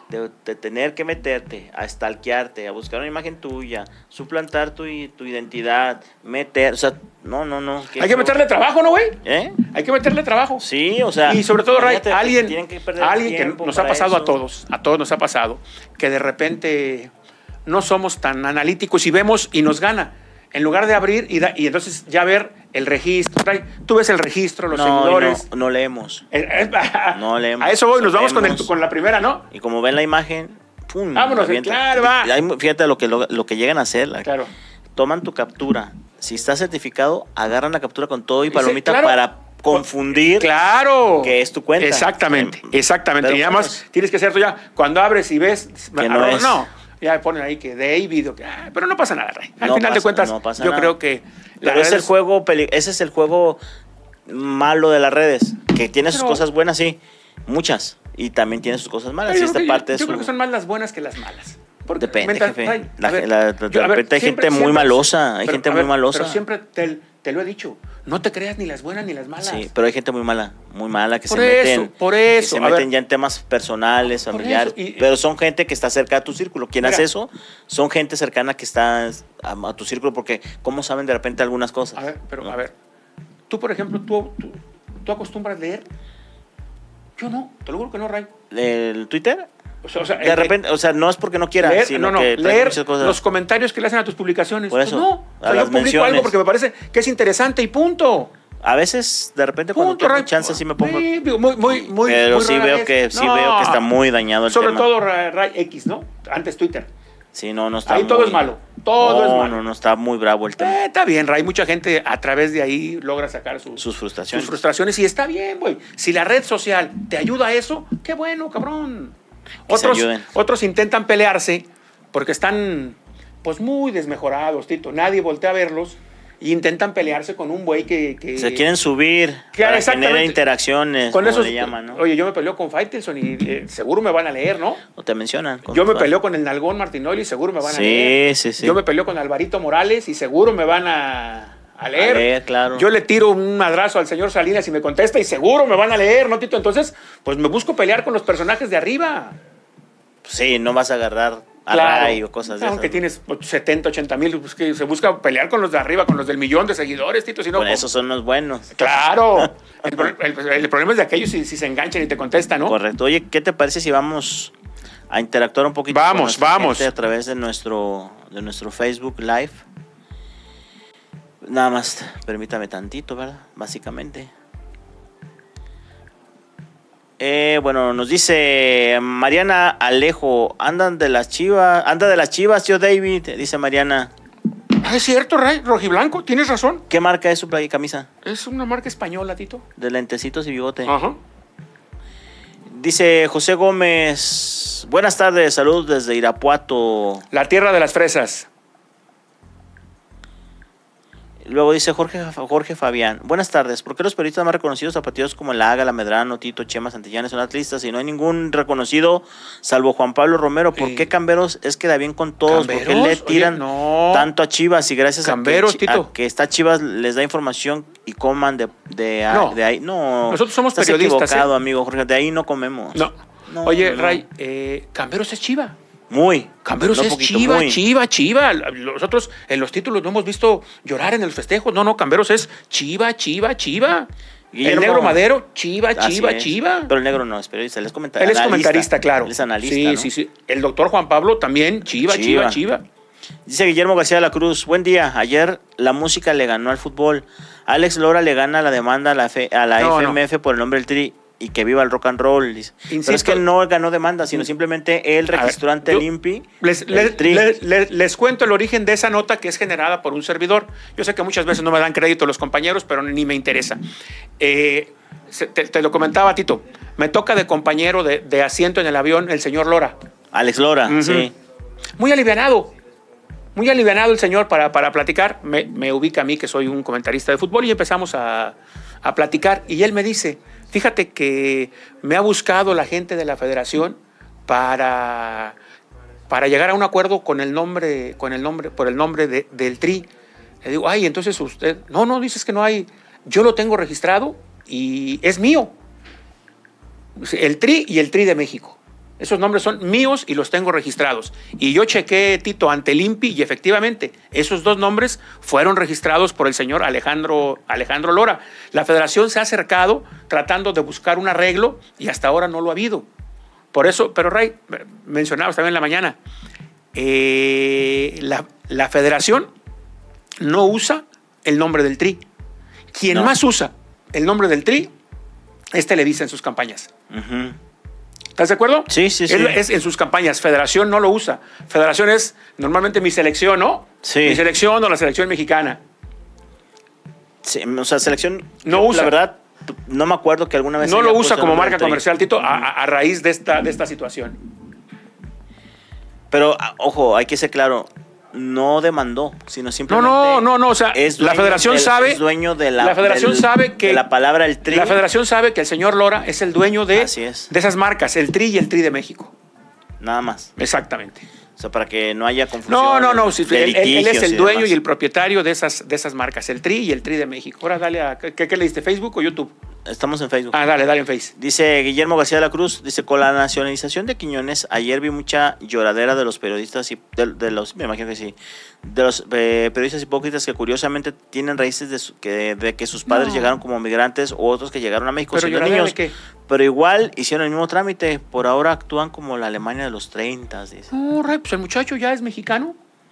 B: de, de tener que meterte a stalkearte, a buscar una imagen tuya, suplantar tu, tu identidad, meter, o sea, no, no, no.
A: Que Hay que meterle trabajo, ¿no, güey?
B: ¿Eh?
A: Hay que meterle trabajo.
B: Sí, o sea.
A: Y sobre todo, Ray, alguien, que, alguien que nos ha pasado
B: eso.
A: a todos, a todos nos ha pasado, que de repente no somos tan analíticos y vemos y nos gana. En lugar de abrir y, da, y entonces ya ver el registro, Ray, tú ves el registro, los
B: no,
A: seguidores.
B: No, no leemos.
A: Eh, eh,
B: no leemos.
A: A eso voy, nos vamos con, el, con la primera, ¿no?
B: Y como ven la imagen, ¡pum!
A: Vámonos, claro, va.
B: Fíjate lo que, lo, lo que llegan a hacer. La,
A: claro.
B: Toman tu captura. Si está certificado, agarran la captura con todo y palomita sí, claro. para confundir
A: claro
B: que es tu cuenta.
A: Exactamente, exactamente. Pero y además pues, tienes que hacer tú ya, cuando abres y ves,
B: que no, es.
A: no, ya ponen ahí que David, o que, ah, pero no pasa nada, Ray. Al
B: no
A: final
B: pasa,
A: de cuentas,
B: no pasa
A: yo
B: nada.
A: creo que...
B: Pero es el juego, ese es el juego malo de las redes, que tiene sus pero, cosas buenas, sí, muchas, y también tiene sus cosas malas. Y esta parte
A: yo,
B: es
A: yo
B: su...
A: creo que son más las buenas que las malas.
B: Porque Depende,
A: mental,
B: jefe.
A: Ray,
B: la,
A: ver,
B: la, de
A: yo,
B: repente
A: ver,
B: hay
A: siempre,
B: gente muy
A: siempre,
B: malosa, hay
A: pero,
B: gente
A: ver,
B: muy malosa.
A: Pero siempre te, te lo he dicho, no te creas ni las buenas ni las malas.
B: Sí, pero hay gente muy mala, muy mala que
A: por
B: se
A: eso,
B: meten,
A: por eso,
B: que se meten ver, ya en temas personales, familiares, y, pero son gente que está cerca a tu círculo. ¿Quién mira, hace eso? Son gente cercana que está a, a tu círculo porque ¿cómo saben de repente algunas cosas?
A: A ver, pero ¿no? a ver, tú por ejemplo, tú, tú, tú acostumbras leer. Yo no, te lo juro que no, Ray.
B: ¿El Twitter?
A: O sea, o sea,
B: de repente, o sea, no es porque no quiera,
A: leer,
B: sino
A: no, no,
B: que
A: leer los comentarios que le hacen a tus publicaciones.
B: Por eso,
A: pues no, o sea, yo publico
B: menciones.
A: algo porque me parece que es interesante y punto.
B: A veces, de repente, cuando
A: punto,
B: tengo chance, sí me pongo.
A: Sí, muy, muy, muy.
B: Pero
A: muy
B: sí veo
A: vez.
B: que sí
A: no.
B: veo que está muy dañado el
A: Sobre
B: tema.
A: todo Ray X, ¿no? Antes Twitter.
B: Sí, no, no está.
A: Ahí
B: muy...
A: todo es malo. Todo
B: no,
A: es malo.
B: No, no, está muy bravo el tema.
A: Eh, está bien, Ray. Mucha gente a través de ahí logra sacar sus,
B: sus frustraciones.
A: Sus frustraciones y está bien, güey. Si la red social te ayuda a eso, qué bueno, cabrón. Otros, otros intentan pelearse porque están pues muy desmejorados, Tito. Nadie voltea a verlos e intentan pelearse con un güey que, que...
B: Se quieren subir que para generar interacciones,
A: con
B: como
A: esos,
B: le llaman, ¿no?
A: Oye, yo me peleo con Faitelson y eh, seguro me van a leer, ¿no?
B: O te mencionan.
A: Yo me peleo con el Nalgón Martinoli y seguro me van
B: sí,
A: a leer.
B: Sí, sí, sí.
A: Yo me peleo con Alvarito Morales y seguro me van a... A leer.
B: a leer, claro.
A: Yo le tiro un madrazo al señor Salinas y me contesta y seguro me van a leer, ¿no, Tito? Entonces, pues me busco pelear con los personajes de arriba.
B: Sí, no vas a agarrar a
A: claro.
B: Ray o cosas de esas.
A: Aunque tienes setenta, ochenta mil, pues que se busca pelear con los de arriba, con los del millón de seguidores, Tito. Si no,
B: con esos son los buenos.
A: Claro. el, el, el problema es de aquellos si, si se enganchan y te contestan, ¿no?
B: Correcto. Oye, ¿qué te parece si vamos a interactuar un poquito
A: vamos,
B: con
A: vamos.
B: gente a través de nuestro, de nuestro Facebook Live? Nada más, permítame tantito, ¿verdad? Básicamente. Eh, bueno, nos dice Mariana Alejo, andan de las Chivas, anda de las Chivas, tío David, dice Mariana.
A: Ah, es cierto, Ray, rojiblanco, tienes razón.
B: ¿Qué marca es su playa y camisa?
A: Es una marca española, Tito.
B: De lentecitos y bigote.
A: Ajá.
B: Dice José Gómez, buenas tardes, saludos desde Irapuato.
A: La tierra de las fresas.
B: Luego dice Jorge, Jorge Fabián, buenas tardes, ¿por qué los periodistas más reconocidos a partidos como La Haga, La Medrano, Tito, Chema, Santillán son atlistas y no hay ningún reconocido salvo Juan Pablo Romero? ¿Por sí. qué Camberos es queda bien con todos? ¿Por qué le tiran Oye, no. tanto a Chivas y gracias
A: Camberos,
B: a, que,
A: Tito.
B: a que está Chivas les da información y coman de, de,
A: no.
B: de ahí? No,
A: nosotros somos
B: estás
A: periodistas.
B: equivocado,
A: ¿eh?
B: amigo Jorge, de ahí no comemos.
A: No, no oye, no. Ray, eh, Camberos es Chiva.
B: Muy.
A: Camberos no es poquito, Chiva, muy. Chiva, Chiva. Nosotros en los títulos no hemos visto llorar en los festejos. No, no, Camberos es Chiva, Chiva, Chiva. Guillermo, el negro Madero, Chiva, Chiva, Chiva.
B: Pero el negro no es periodista, él es comentarista.
A: Él es comentarista, claro.
B: Él es analista,
A: sí,
B: ¿no?
A: sí, sí. El doctor Juan Pablo también, Chiva, Chiva, Chiva, Chiva.
B: Dice Guillermo García de la Cruz, buen día. Ayer la música le ganó al fútbol. Alex Lora le gana la demanda a la, F, a la no, F M F no. por el nombre del Tri. Y que viva el rock and roll. Dice. Pero es que él no ganó demanda, sino simplemente él registró ante el I N P I.
A: Les, les, les, les, les cuento el origen de esa nota que es generada por un servidor. Yo sé que muchas veces no me dan crédito los compañeros, pero ni me interesa. Eh, te, te lo comentaba, Tito. Me toca de compañero de, de asiento en el avión el señor Lora.
B: Alex Lora, uh-huh. sí.
A: Muy alivianado. Muy alivianado el señor para, para platicar. Me, me ubica a mí, que soy un comentarista de fútbol, y empezamos a, a platicar. Y él me dice... Fíjate que me ha buscado la gente de la federación para, para llegar a un acuerdo con el nombre, con el nombre, por el nombre de, del Tri. Le digo, ay, entonces usted, no, no, dices que no hay, yo lo tengo registrado y es mío. El Tri y el Tri de México. Esos nombres son míos y los tengo registrados. Y yo chequé, Tito, ante el I N P I y efectivamente esos dos nombres fueron registrados por el señor Alejandro, Alejandro Lora. La federación se ha acercado tratando de buscar un arreglo y hasta ahora no lo ha habido. Por eso, pero Ray, mencionabas también en la mañana, eh, la, la federación no usa el nombre del Tri. Quien no. más usa el nombre del Tri es Televisa en sus campañas.
B: Uh-huh.
A: ¿Estás de acuerdo?
B: Sí, sí, sí.
A: Es, es en sus campañas. Federación no lo usa. Federación es normalmente mi selección, ¿no?
B: Sí.
A: Mi selección o la selección mexicana.
B: Sí, o sea, selección...
A: No usa.
B: La verdad, no me acuerdo que alguna vez...
A: No lo usa como marca comercial, Tito, a, a raíz de esta, de esta situación.
B: Pero, ojo, hay que ser claro... No demandó, sino simplemente...
A: No, no, no, no, o sea,
B: es
A: la federación
B: del,
A: sabe...
B: Es dueño de la...
A: La federación
B: del,
A: sabe que...
B: De la palabra el Tri.
A: La federación sabe que el señor Lora es el dueño de...
B: Así es.
A: De esas marcas, el Tri y el Tri de México.
B: Nada más.
A: Exactamente.
B: O sea, para que no haya confusión.
A: No, no, no. Sí, él, él es el
B: y
A: dueño
B: demás.
A: y el propietario de esas, de esas marcas, el Tri y el Tri de México. Ahora dale a... ¿Qué, qué le diste? ¿Facebook o YouTube?
B: Estamos en Facebook.
A: Ah, dale, dale en Facebook.
B: Dice Guillermo García de la Cruz, dice, con la nacionalización de Quiñones, ayer vi mucha lloradera de los periodistas y de, de los, me imagino que sí, de los eh, periodistas hipócritas que curiosamente tienen raíces de, su, que, de que sus padres no. llegaron como migrantes o otros que llegaron a México
A: pero
B: siendo niños. ¿Qué? Pero igual hicieron el mismo trámite, por ahora actúan como la Alemania de los treinta, dice.
A: No, Ray, pues el muchacho ya es mexicano.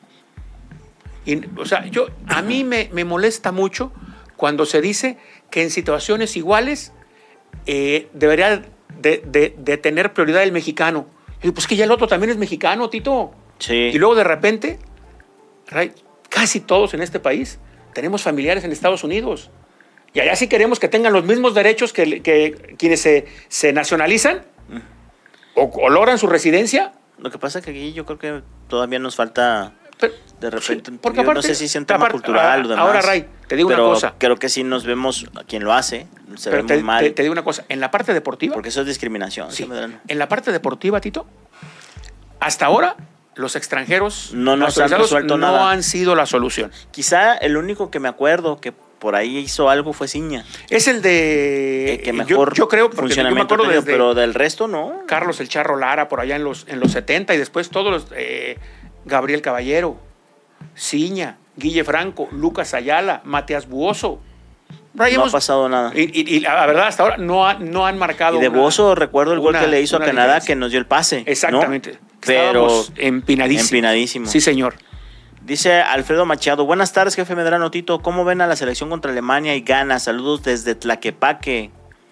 A: Y, o sea, yo, a mí me, me molesta mucho cuando se dice que en situaciones iguales eh, debería de, de, de tener prioridad el mexicano. Y digo, pues que ya el otro también es mexicano, Tito.
B: Sí.
A: Y luego de repente, Ray, casi todos en este país tenemos familiares en Estados Unidos. Y allá sí queremos que tengan los mismos derechos que, que quienes se, se nacionalizan o, o logran su residencia.
B: Lo que pasa es que aquí yo creo que todavía nos falta...
A: Pero,
B: de repente,
A: sí, porque aparte,
B: no sé si es un tema
A: aparte,
B: cultural o demás.
A: Ahora, Ray, te digo
B: pero
A: una cosa.
B: Creo que sí nos vemos a quien lo hace, se
A: pero
B: ve
A: te,
B: muy mal.
A: Te, te digo una cosa, en la parte deportiva...
B: Porque eso es discriminación.
A: Sí, en la parte deportiva, Tito, hasta ahora los extranjeros
B: no nos han resuelto
A: no
B: nada.
A: han sido la solución.
B: Quizá el único que me acuerdo que por ahí hizo algo fue Ciña.
A: Es el de...
B: Eh, que mejor
A: yo, yo creo, porque yo me acuerdo
B: tenido,
A: desde
B: pero del resto no.
A: Carlos el Charro Lara por allá en los, en los setenta y después todos los... Eh, Gabriel Caballero, Ciña, Guille Franco, Lucas Ayala, Matías Buoso.
B: No hemos, ha pasado nada.
A: Y, y, y la verdad, hasta ahora no, ha, no han marcado.
B: Y de Buoso recuerdo el
A: una,
B: gol que le hizo a Canadá
A: diferencia.
B: Que nos dio el pase.
A: Exactamente.
B: ¿no? Pero
A: empinadísimos.
B: Empinadísimo.
A: Sí, señor.
B: Dice Alfredo Machado, buenas tardes, jefe Medrano, Tito. ¿Cómo ven a la selección contra Alemania y Ghana? Saludos desde Tlaquepaque.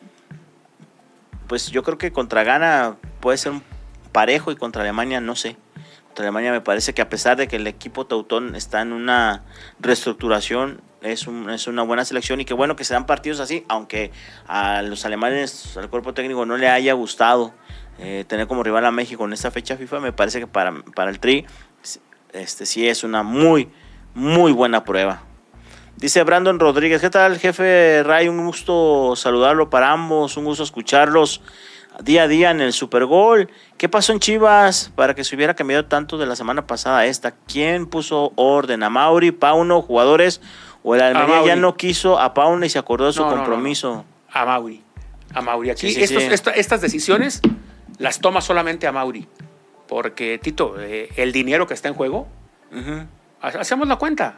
B: Pues yo creo que contra Ghana puede ser un parejo y contra Alemania no sé. Contra Alemania me parece que a pesar de que el equipo teutón está en una reestructuración, es, un, es una buena selección y qué bueno que se dan partidos así, aunque a los alemanes, al cuerpo técnico no le haya gustado eh, tener como rival a México en esta fecha FIFA, me parece que para, para el Tri este, sí es una muy, muy buena prueba. Dice Brandon Rodríguez, ¿qué tal, jefe Ray? Un gusto saludarlo para ambos, un gusto escucharlos día a día en el Supergol. ¿Qué pasó en Chivas para que se hubiera cambiado tanto de la semana pasada a esta? ¿Quién puso orden? ¿A Mauri, Pauno, jugadores? ¿O el Almería ya no quiso a Pauno y se acordó de su no, compromiso?
A: No, no. A Mauri. A Mauri. Aquí
B: sí, sí,
A: estos,
B: sí.
A: Esta, estas decisiones las toma solamente a Mauri. Porque, Tito, eh, el dinero que está en juego, uh-huh. hacemos la cuenta.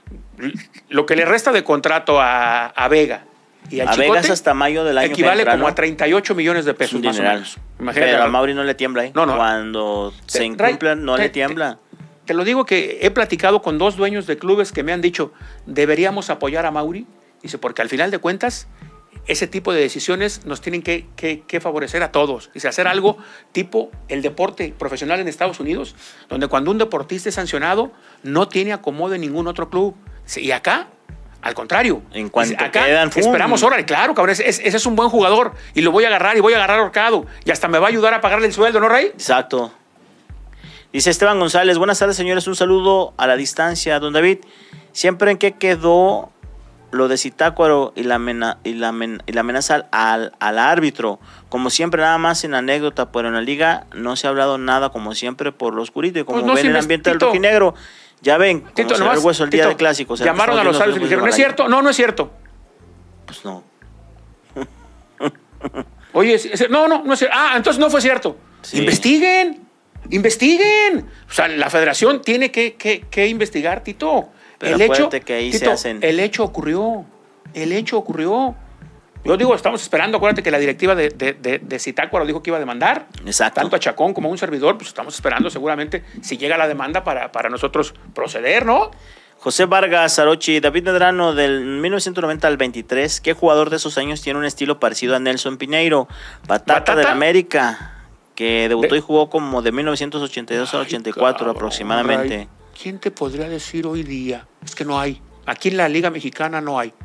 A: Lo que le resta de contrato a, a Vega y al
B: a
A: Chicote,
B: Vegas hasta mayo del año
A: equivale
B: que entra,
A: como
B: ¿no?
A: a treinta y ocho millones de pesos más
B: dineral.
A: o menos. Imagínate.
B: Pero a Mauri no le tiembla, ¿eh?
A: No, no.
B: Cuando
A: te,
B: se incumplan no
A: te,
B: le tiembla.
A: Te, te lo digo que he platicado con dos dueños de clubes que me han dicho, deberíamos apoyar a Mauri. Dice, porque al final de cuentas, ese tipo de decisiones nos tienen que, que, que favorecer a todos. Dice, hacer algo tipo el deporte profesional en Estados Unidos, donde cuando un deportista es sancionado, no tiene acomodo en ningún otro club. Dice, y acá, al contrario.
B: En cuanto
A: dice, acá
B: quedan,
A: esperamos, órale, claro, cabrón, ese, ese es un buen jugador y lo voy a agarrar y voy a agarrar ahorcado y hasta me va a ayudar a pagarle el sueldo, ¿no, Ray?
B: Exacto. Dice Esteban González, buenas tardes, señores, un saludo a la distancia. Don David, ¿siempre en qué quedó lo de Zitácuaro y la, mena, y la, men, y la amenaza al, al árbitro? Como siempre, nada más en anécdota, pero en la liga no se ha hablado nada, como siempre, por lo oscurito y como
A: pues no,
B: ven
A: si
B: el ambiente del rojinegro. Ya ven, como
A: Tito,
B: se ve el hueso el día Tito, de clásicos.
A: Llamaron a los árbitros y le dijeron, ¿no es cierto? No, no es cierto.
B: Pues no.
A: Oye, no, no, no es cierto. Ah, entonces no fue cierto. Sí. Investiguen, investiguen. O sea, la federación tiene que, que, que investigar, Tito.
B: Pero
A: el hecho,
B: que ahí
A: Tito,
B: se hacen...
A: el hecho ocurrió, el hecho ocurrió. Yo digo, estamos esperando, acuérdate que la directiva de, de, de, de Zitácuaro dijo que iba a demandar.
B: Exacto.
A: Tanto a Chacón como a un servidor, pues estamos esperando seguramente si llega la demanda para, para nosotros proceder, ¿no?
B: José Vargas, Arochi, David Medrano, del mil novecientos noventa al veintitrés, ¿qué jugador de esos años tiene un estilo parecido a Nelson Piñeiro? Batata, ¿Batata? Del América, que debutó de... y jugó como de mil novecientos ochenta y dos al ochenta y cuatro cabrón, aproximadamente.
A: Ray, ¿quién te podría decir hoy día? Es que no hay. Aquí en la Liga Mexicana no hay.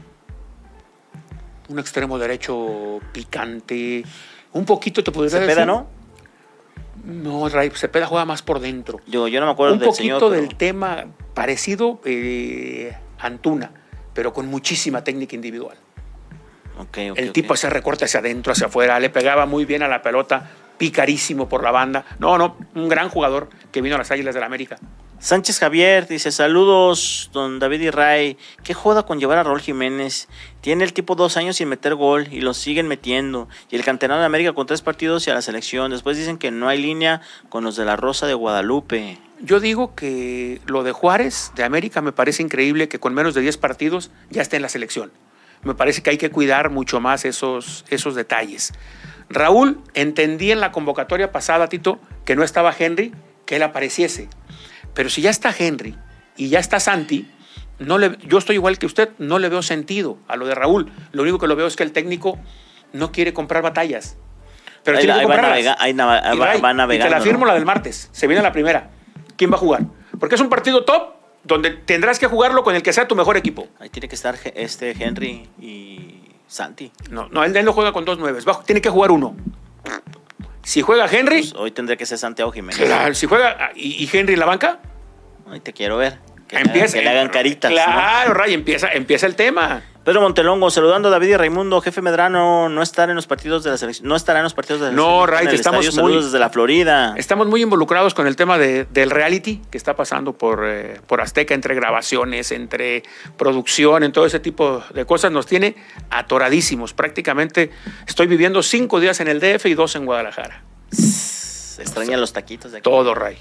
A: Un extremo derecho picante. Un poquito te podría
B: ¿Cepeda,
A: decir. ¿Cepeda
B: no?
A: No, Ray, Cepeda juega más por dentro.
B: Yo, yo no me acuerdo
A: un
B: del
A: señor. Un
B: señor,
A: poquito
B: pero...
A: del tema parecido eh, Antuna, pero con muchísima técnica individual.
B: Okay, okay,
A: El
B: okay.
A: tipo hacía recorte hacia adentro, hacia afuera, le pegaba muy bien a la pelota, picarísimo por la banda. No, no, un gran jugador que vino a las Águilas del la América.
B: Sánchez Javier dice, saludos, don David y Ray. ¿Qué joda con llevar a Raúl Jiménez? Tiene el tipo dos años sin meter gol y lo siguen metiendo. Y el canterano de América con tres partidos y a la selección. Después dicen que no hay línea con los de la Rosa de Guadalupe.
A: Yo digo que lo de Juárez, de América, me parece increíble que con menos de diez partidos ya esté en la selección. Me parece que hay que cuidar mucho más esos, esos detalles. Raúl, entendí en la convocatoria pasada, Tito, que no estaba Henry, que él apareciese. Pero si ya está Henry y ya está Santi, no le, yo estoy igual que usted, no le veo sentido a lo de Raúl. Lo único que lo veo es que el técnico no quiere comprar batallas. Pero
B: ahí,
A: tiene que
B: ahí
A: comprarlas.
B: Va, navega, ahí nava,
A: y
B: va,
A: Ray,
B: va navegando.
A: Y te la firmo,
B: ¿no?
A: La del martes. Se viene la primera. ¿Quién va a jugar? Porque es un partido top donde tendrás que jugarlo con el que sea tu mejor equipo.
B: Ahí tiene que estar este Henry y Santi.
A: No, no, él, él no juega con dos nueves. Va, tiene que jugar uno. Si juega Henry...
B: Pues hoy tendría que ser Santiago Jiménez.
A: Claro, si juega... ¿Y, y Henry en la banca?
B: Ay, te quiero ver. Que,
A: empieza,
B: le, que le hagan caritas.
A: Claro,
B: ¿no?
A: Ray, empieza, empieza el tema.
B: Pedro Montelongo, saludando a David y Raimundo. Jefe Medrano no estará en los partidos de la selección. No estará en los partidos de la selección.
A: No, Ray, estamos
B: estadio.
A: muy,
B: desde la Florida.
A: Estamos muy involucrados con el tema de, del reality que está pasando por, eh, por Azteca, entre grabaciones, entre producción, en todo ese tipo de cosas. Nos tiene atoradísimos. Prácticamente estoy viviendo cinco días en el D F y dos en Guadalajara.
B: Se extrañan o sea, los taquitos de aquí.
A: Todo, Ray.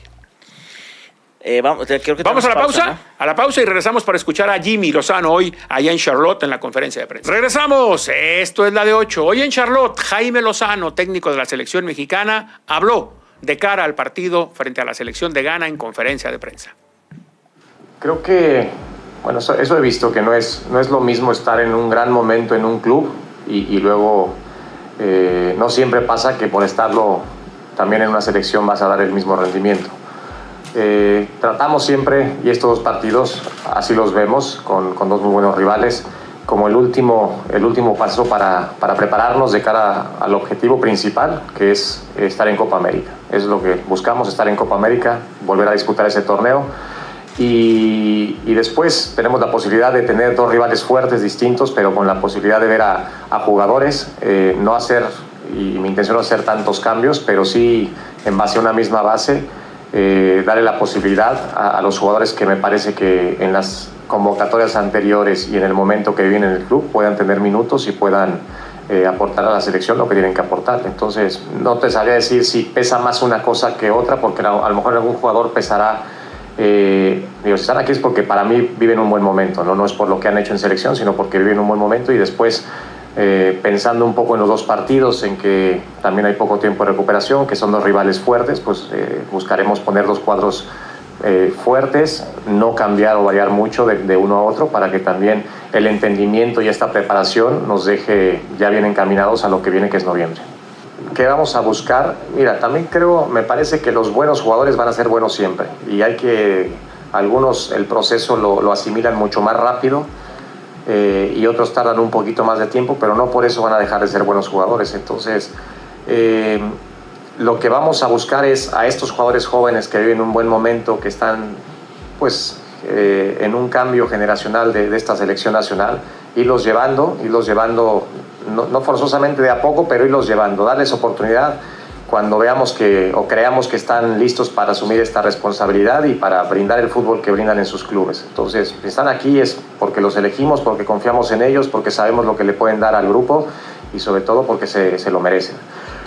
B: Eh, vamos creo que
A: vamos a la pausa, pausa
B: ¿no?
A: a la pausa y regresamos para escuchar a Jimmy Lozano hoy allá en Charlotte en la conferencia de prensa. Regresamos, esto es la de ocho. Hoy en Charlotte, Jaime Lozano, técnico de la selección mexicana, habló de cara al partido frente a la selección de Ghana en conferencia de prensa.
D: Creo que, bueno, eso, eso he visto, que no es, no es lo mismo estar en un gran momento en un club y, y luego eh, no siempre pasa que por estarlo también en una selección vas a dar el mismo rendimiento. Eh, tratamos siempre, y estos dos partidos así los vemos, con, con dos muy buenos rivales, como el último, el último paso para, para prepararnos de cara al objetivo principal, que es estar en Copa América. Es lo que buscamos, estar en Copa América, volver a disputar ese torneo. Y, y después tenemos la posibilidad de tener dos rivales fuertes, distintos, pero con la posibilidad de ver a, a jugadores, eh, no hacer, y mi intención no es hacer tantos cambios, pero sí en base a una misma base, Eh, darle la posibilidad a, a los jugadores que me parece que en las convocatorias anteriores y en el momento que viven en el club puedan tener minutos y puedan eh, aportar a la selección lo que tienen que aportar. Entonces no te sabría decir si pesa más una cosa que otra, porque a, a lo mejor algún jugador pesará, eh, digo, si están aquí es porque para mí viven un buen momento, ¿no? No es por lo que han hecho en selección, sino porque viven un buen momento. Y después Eh, pensando un poco en los dos partidos, en que también hay poco tiempo de recuperación, que son dos rivales fuertes, pues eh, buscaremos poner los cuadros eh, fuertes, no cambiar o variar mucho de, de uno a otro, para que también el entendimiento y esta preparación nos deje ya bien encaminados a lo que viene, que es noviembre. ¿Qué vamos a buscar? Mira, también creo, me parece que los buenos jugadores van a ser buenos siempre, y hay que, algunos el proceso lo, lo asimilan mucho más rápido, Eh, y otros tardan un poquito más de tiempo, pero no por eso van a dejar de ser buenos jugadores. Entonces eh, lo que vamos a buscar es a estos jugadores jóvenes que viven un buen momento, que están pues eh, en un cambio generacional de, de esta selección nacional, irlos llevando, irlos llevando no, no forzosamente de a poco, pero irlos llevando, darles oportunidad cuando veamos que o creamos que están listos para asumir esta responsabilidad y para brindar el fútbol que brindan en sus clubes. Entonces, si están aquí es porque los elegimos, porque confiamos en ellos, porque sabemos lo que le pueden dar al grupo y sobre todo porque se, se lo merecen.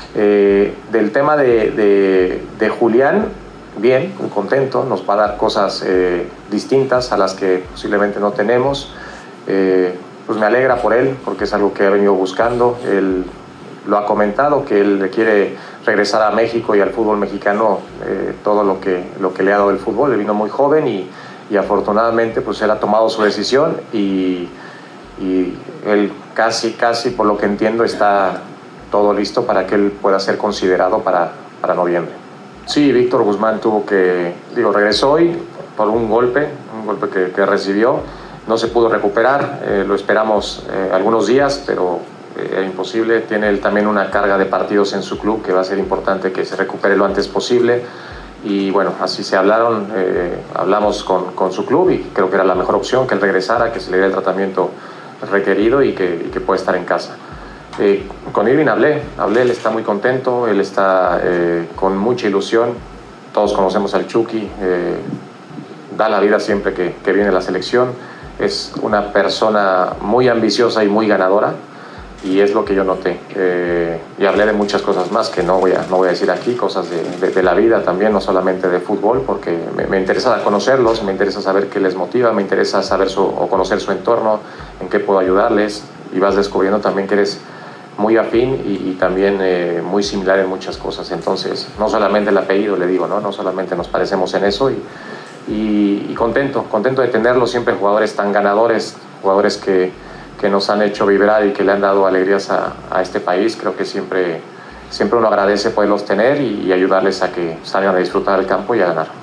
D: Eh, del tema de, de, de Julián, bien, muy contento, nos va a dar cosas eh, distintas a las que posiblemente no tenemos. Eh, pues me alegra por él, porque es algo que ha venido buscando. Él lo ha comentado, que él quiere regresar a México y al fútbol mexicano, eh, todo lo que, lo que le ha dado el fútbol. Él vino muy joven y, y afortunadamente pues él ha tomado su decisión y, y él casi, casi, por lo que entiendo, está todo listo para que él pueda ser considerado para, para noviembre. Sí, Víctor Guzmán tuvo que, digo, regresó hoy por un golpe, un golpe que, que recibió, no se pudo recuperar, eh, lo esperamos eh, algunos días, pero eh, era imposible. Tiene él también una carga de partidos en su club que va a ser importante que se recupere lo antes posible. Y bueno, así se hablaron, eh, hablamos con, con su club y creo que era la mejor opción que él regresara, que se le diera el tratamiento requerido y que, y que pueda estar en casa. Eh, con Irving hablé, hablé, él está muy contento, él está eh, con mucha ilusión. Todos conocemos al Chucky, eh, da la vida siempre que, que viene la selección. Es una persona muy ambiciosa y muy ganadora y es lo que yo noté. Eh, y hablé de muchas cosas más que no voy a, no voy a decir aquí, cosas de, de, de la vida también, no solamente de fútbol, porque me, me interesa conocerlos, me interesa saber qué les motiva, me interesa saber su, o conocer su entorno, en qué puedo ayudarles, y vas descubriendo también que eres muy afín y, y también eh, muy similar en muchas cosas. Entonces, no solamente el apellido, le digo, no, no solamente nos parecemos en eso y, y, y contento, contento de tenerlos siempre, jugadores tan ganadores, jugadores que, que nos han hecho vibrar y que le han dado alegrías a, a este país. Creo que siempre, siempre uno agradece poderlos tener y, y ayudarles a que salgan a disfrutar del campo y a ganar.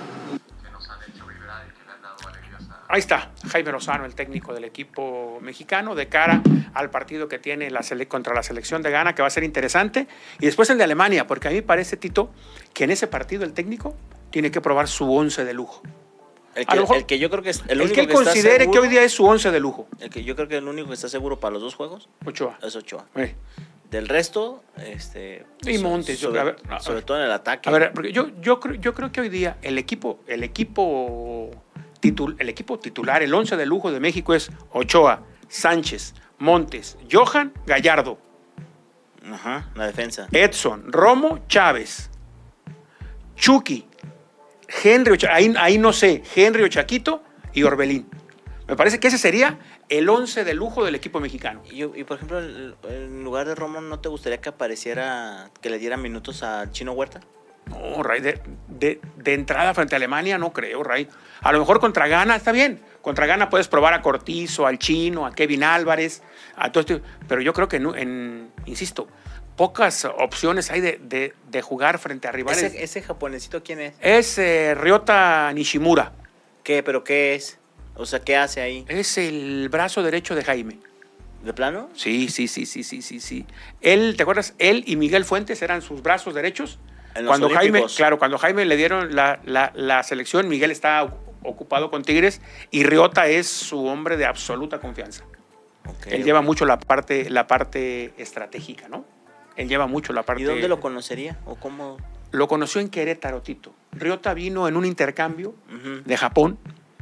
A: Ahí está, Jaime Lozano, el técnico del equipo mexicano, de cara al partido que tiene la sele- contra la selección de Ghana, que va a ser interesante. Y después el de Alemania, porque a mí me parece, Tito, que en ese partido el técnico tiene que probar su once de lujo.
B: El que,
A: mejor,
B: el que yo creo que es el,
A: el
B: único
A: que él
B: que está
A: considere
B: seguro,
A: que hoy día es su once de lujo.
B: El que yo creo que el único que está seguro para los dos juegos
A: Ochoa.
B: es Ochoa.
A: Sí.
B: Del resto, este,
A: Y Montes,
B: sobre,
A: yo, a ver, a
B: sobre
A: ver.
B: todo en el ataque.
A: A ver, porque yo, yo, creo, yo creo que hoy día el equipo, el equipo, titul, el equipo titular, el once de lujo de México es Ochoa, Sánchez, Montes, Johan, Gallardo.
B: Ajá, la defensa.
A: Edson, Romo, Chávez, Chucky, Henry, ahí, ahí no sé, Henry Ochaquito y Orbelín. Me parece que ese sería el once de lujo del equipo mexicano.
B: Y, y por ejemplo, en lugar de Romo, ¿no te gustaría que apareciera, que le diera minutos a Chino Huerta?
A: No, Ray, de, de, de entrada frente a Alemania no creo, Ray. A lo mejor contra Ghana está bien. Contra Ghana puedes probar a Cortizo, al Chino, a Kevin Álvarez, a todo esto. Pero yo creo que, en, en, insisto, pocas opciones hay de, de, de jugar frente a rivales.
B: ¿Ese, ese japonesito quién es?
A: Es eh, Ryota Nishimura.
B: ¿Qué? ¿Pero qué es? O sea, ¿qué hace ahí?
A: Es el brazo derecho de Jaime.
B: ¿De plano?
A: Sí, sí, sí, sí, sí, sí, sí. Él, ¿te acuerdas? Él y Miguel Fuentes eran sus brazos derechos.
B: En los
A: cuando
B: Olímpicos.
A: Jaime, claro, cuando Jaime le dieron la, la, la selección, Miguel está ocupado con Tigres y Ryota es su hombre de absoluta confianza.
B: Okay,
A: Él
B: okay.
A: lleva mucho la parte, la parte estratégica, ¿no? Él lleva mucho la parte...
B: ¿Y dónde lo conocería? ¿O cómo?
A: Lo conoció en Querétaro, Tito. Ryota vino en un intercambio
B: Uh-huh.
A: de Japón.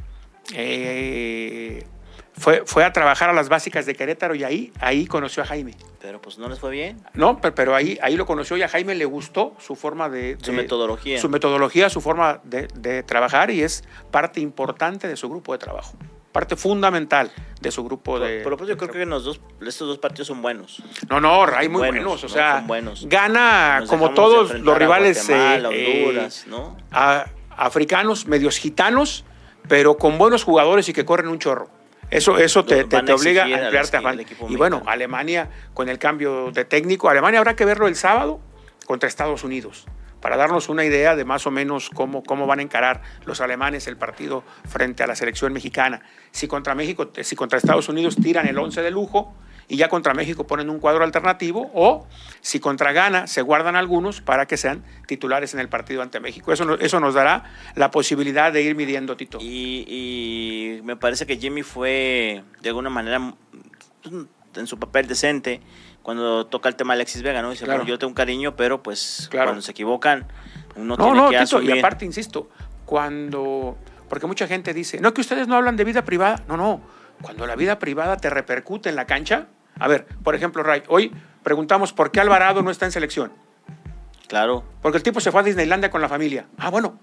A: Eh, fue, fue a trabajar a las básicas de Querétaro y ahí, ahí conoció a Jaime.
B: Pero pues no les fue bien.
A: No, pero, pero ahí, ahí lo conoció y a Jaime le gustó su forma de...
B: Su
A: de-
B: metodología.
A: Su metodología, su forma de, de trabajar y es parte importante de su grupo de trabajo. Parte fundamental de su grupo
B: Por,
A: de...
B: por lo pues yo creo que los dos, estos dos partidos son buenos.
A: No, no, Ray, muy
B: Buenos,
A: buenos. O
B: ¿no?
A: sea,
B: Son buenos.
A: gana
B: Nos
A: como
B: dejamos
A: todos
B: enfrentar
A: los
B: a
A: rivales
B: Guatemala,
A: eh,
B: Honduras, ¿no?
A: a- africanos, medios gitanos, pero con buenos jugadores y que corren un chorro. Eso, eso te,
B: Los
A: te,
B: van
A: te
B: a
A: obliga
B: exigir
A: a
B: al
A: emplearte
B: equi-
A: a
B: al equipo
A: Y bueno,
B: mexicano.
A: Alemania con el cambio de técnico. Alemania habrá que verlo el sábado contra Estados Unidos para darnos una idea de más o menos cómo, cómo van a encarar los alemanes el partido frente a la selección mexicana. Si contra México, si contra Estados Unidos tiran el once de lujo y ya contra México ponen un cuadro alternativo, o si contra Ghana se guardan algunos para que sean titulares en el partido ante México. Eso, no- eso nos dará la posibilidad de ir midiendo, Tito.
B: Y, y me parece que Jimmy fue de alguna manera pues, en su papel decente cuando toca el tema de Alexis Vega, ¿no? Dice,
A: Claro.
B: bueno, yo tengo un cariño, pero pues
A: Claro.
B: cuando se equivocan uno
A: No,
B: tiene
A: no,
B: que
A: Tito,
B: asumir.
A: y aparte, insisto, cuando... Porque mucha gente dice, no, que ustedes no hablan de vida privada. No, no, cuando la vida privada te repercute en la cancha. A ver, por ejemplo, Ray, hoy preguntamos por qué Alvarado no está en selección.
B: Claro.
A: Porque el tipo se fue a Disneylandia con la familia. Ah, bueno.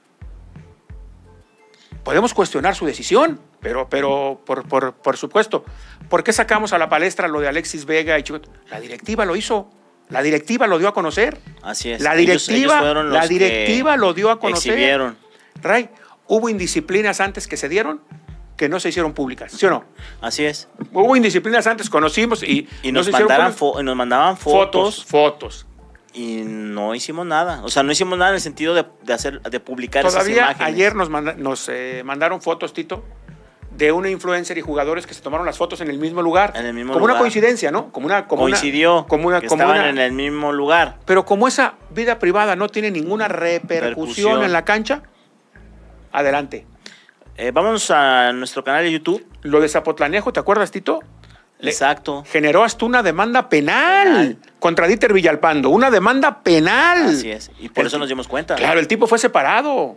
A: Podemos cuestionar su decisión, pero, pero por, por, por supuesto. ¿Por qué sacamos a la palestra lo de Alexis Vega y Chico? La directiva lo hizo. La directiva lo dio a conocer.
B: Así es.
A: La directiva,
B: ellos, ellos fueron los
A: la directiva lo dio a conocer.
B: Exhibieron.
A: Ray, hubo indisciplinas antes que se dieron que no se hicieron públicas, ¿sí o no?
B: Así es.
A: Hubo indisciplinas antes, conocimos y,
B: y
A: no
B: nos,
A: se hicieron
B: mandaban fo y nos mandaban fotos.
A: Fotos, fotos.
B: Y no hicimos nada. O sea, no hicimos nada en el sentido de, de hacer, de publicar
A: Todavía
B: esas imágenes.
A: ayer nos, manda, nos eh, mandaron fotos, Tito, de una influencer y jugadores que se tomaron las fotos en el mismo lugar.
B: En el mismo
A: como
B: lugar.
A: una coincidencia, ¿no? Como una, como
B: Coincidió
A: una, como una,
B: que
A: como
B: estaban
A: una,
B: en el mismo lugar.
A: Pero como esa vida privada no tiene ninguna repercusión
B: Percusión.
A: en la cancha, adelante.
B: Eh, vamos a nuestro canal de YouTube.
A: Lo de Zapotlanejo, ¿te acuerdas, Tito? Le
B: Exacto.
A: Generó hasta una demanda penal, penal contra Dieter Villalpando. Una demanda penal.
B: Así es. Y por el eso nos dimos cuenta.
A: Claro, el tipo fue separado.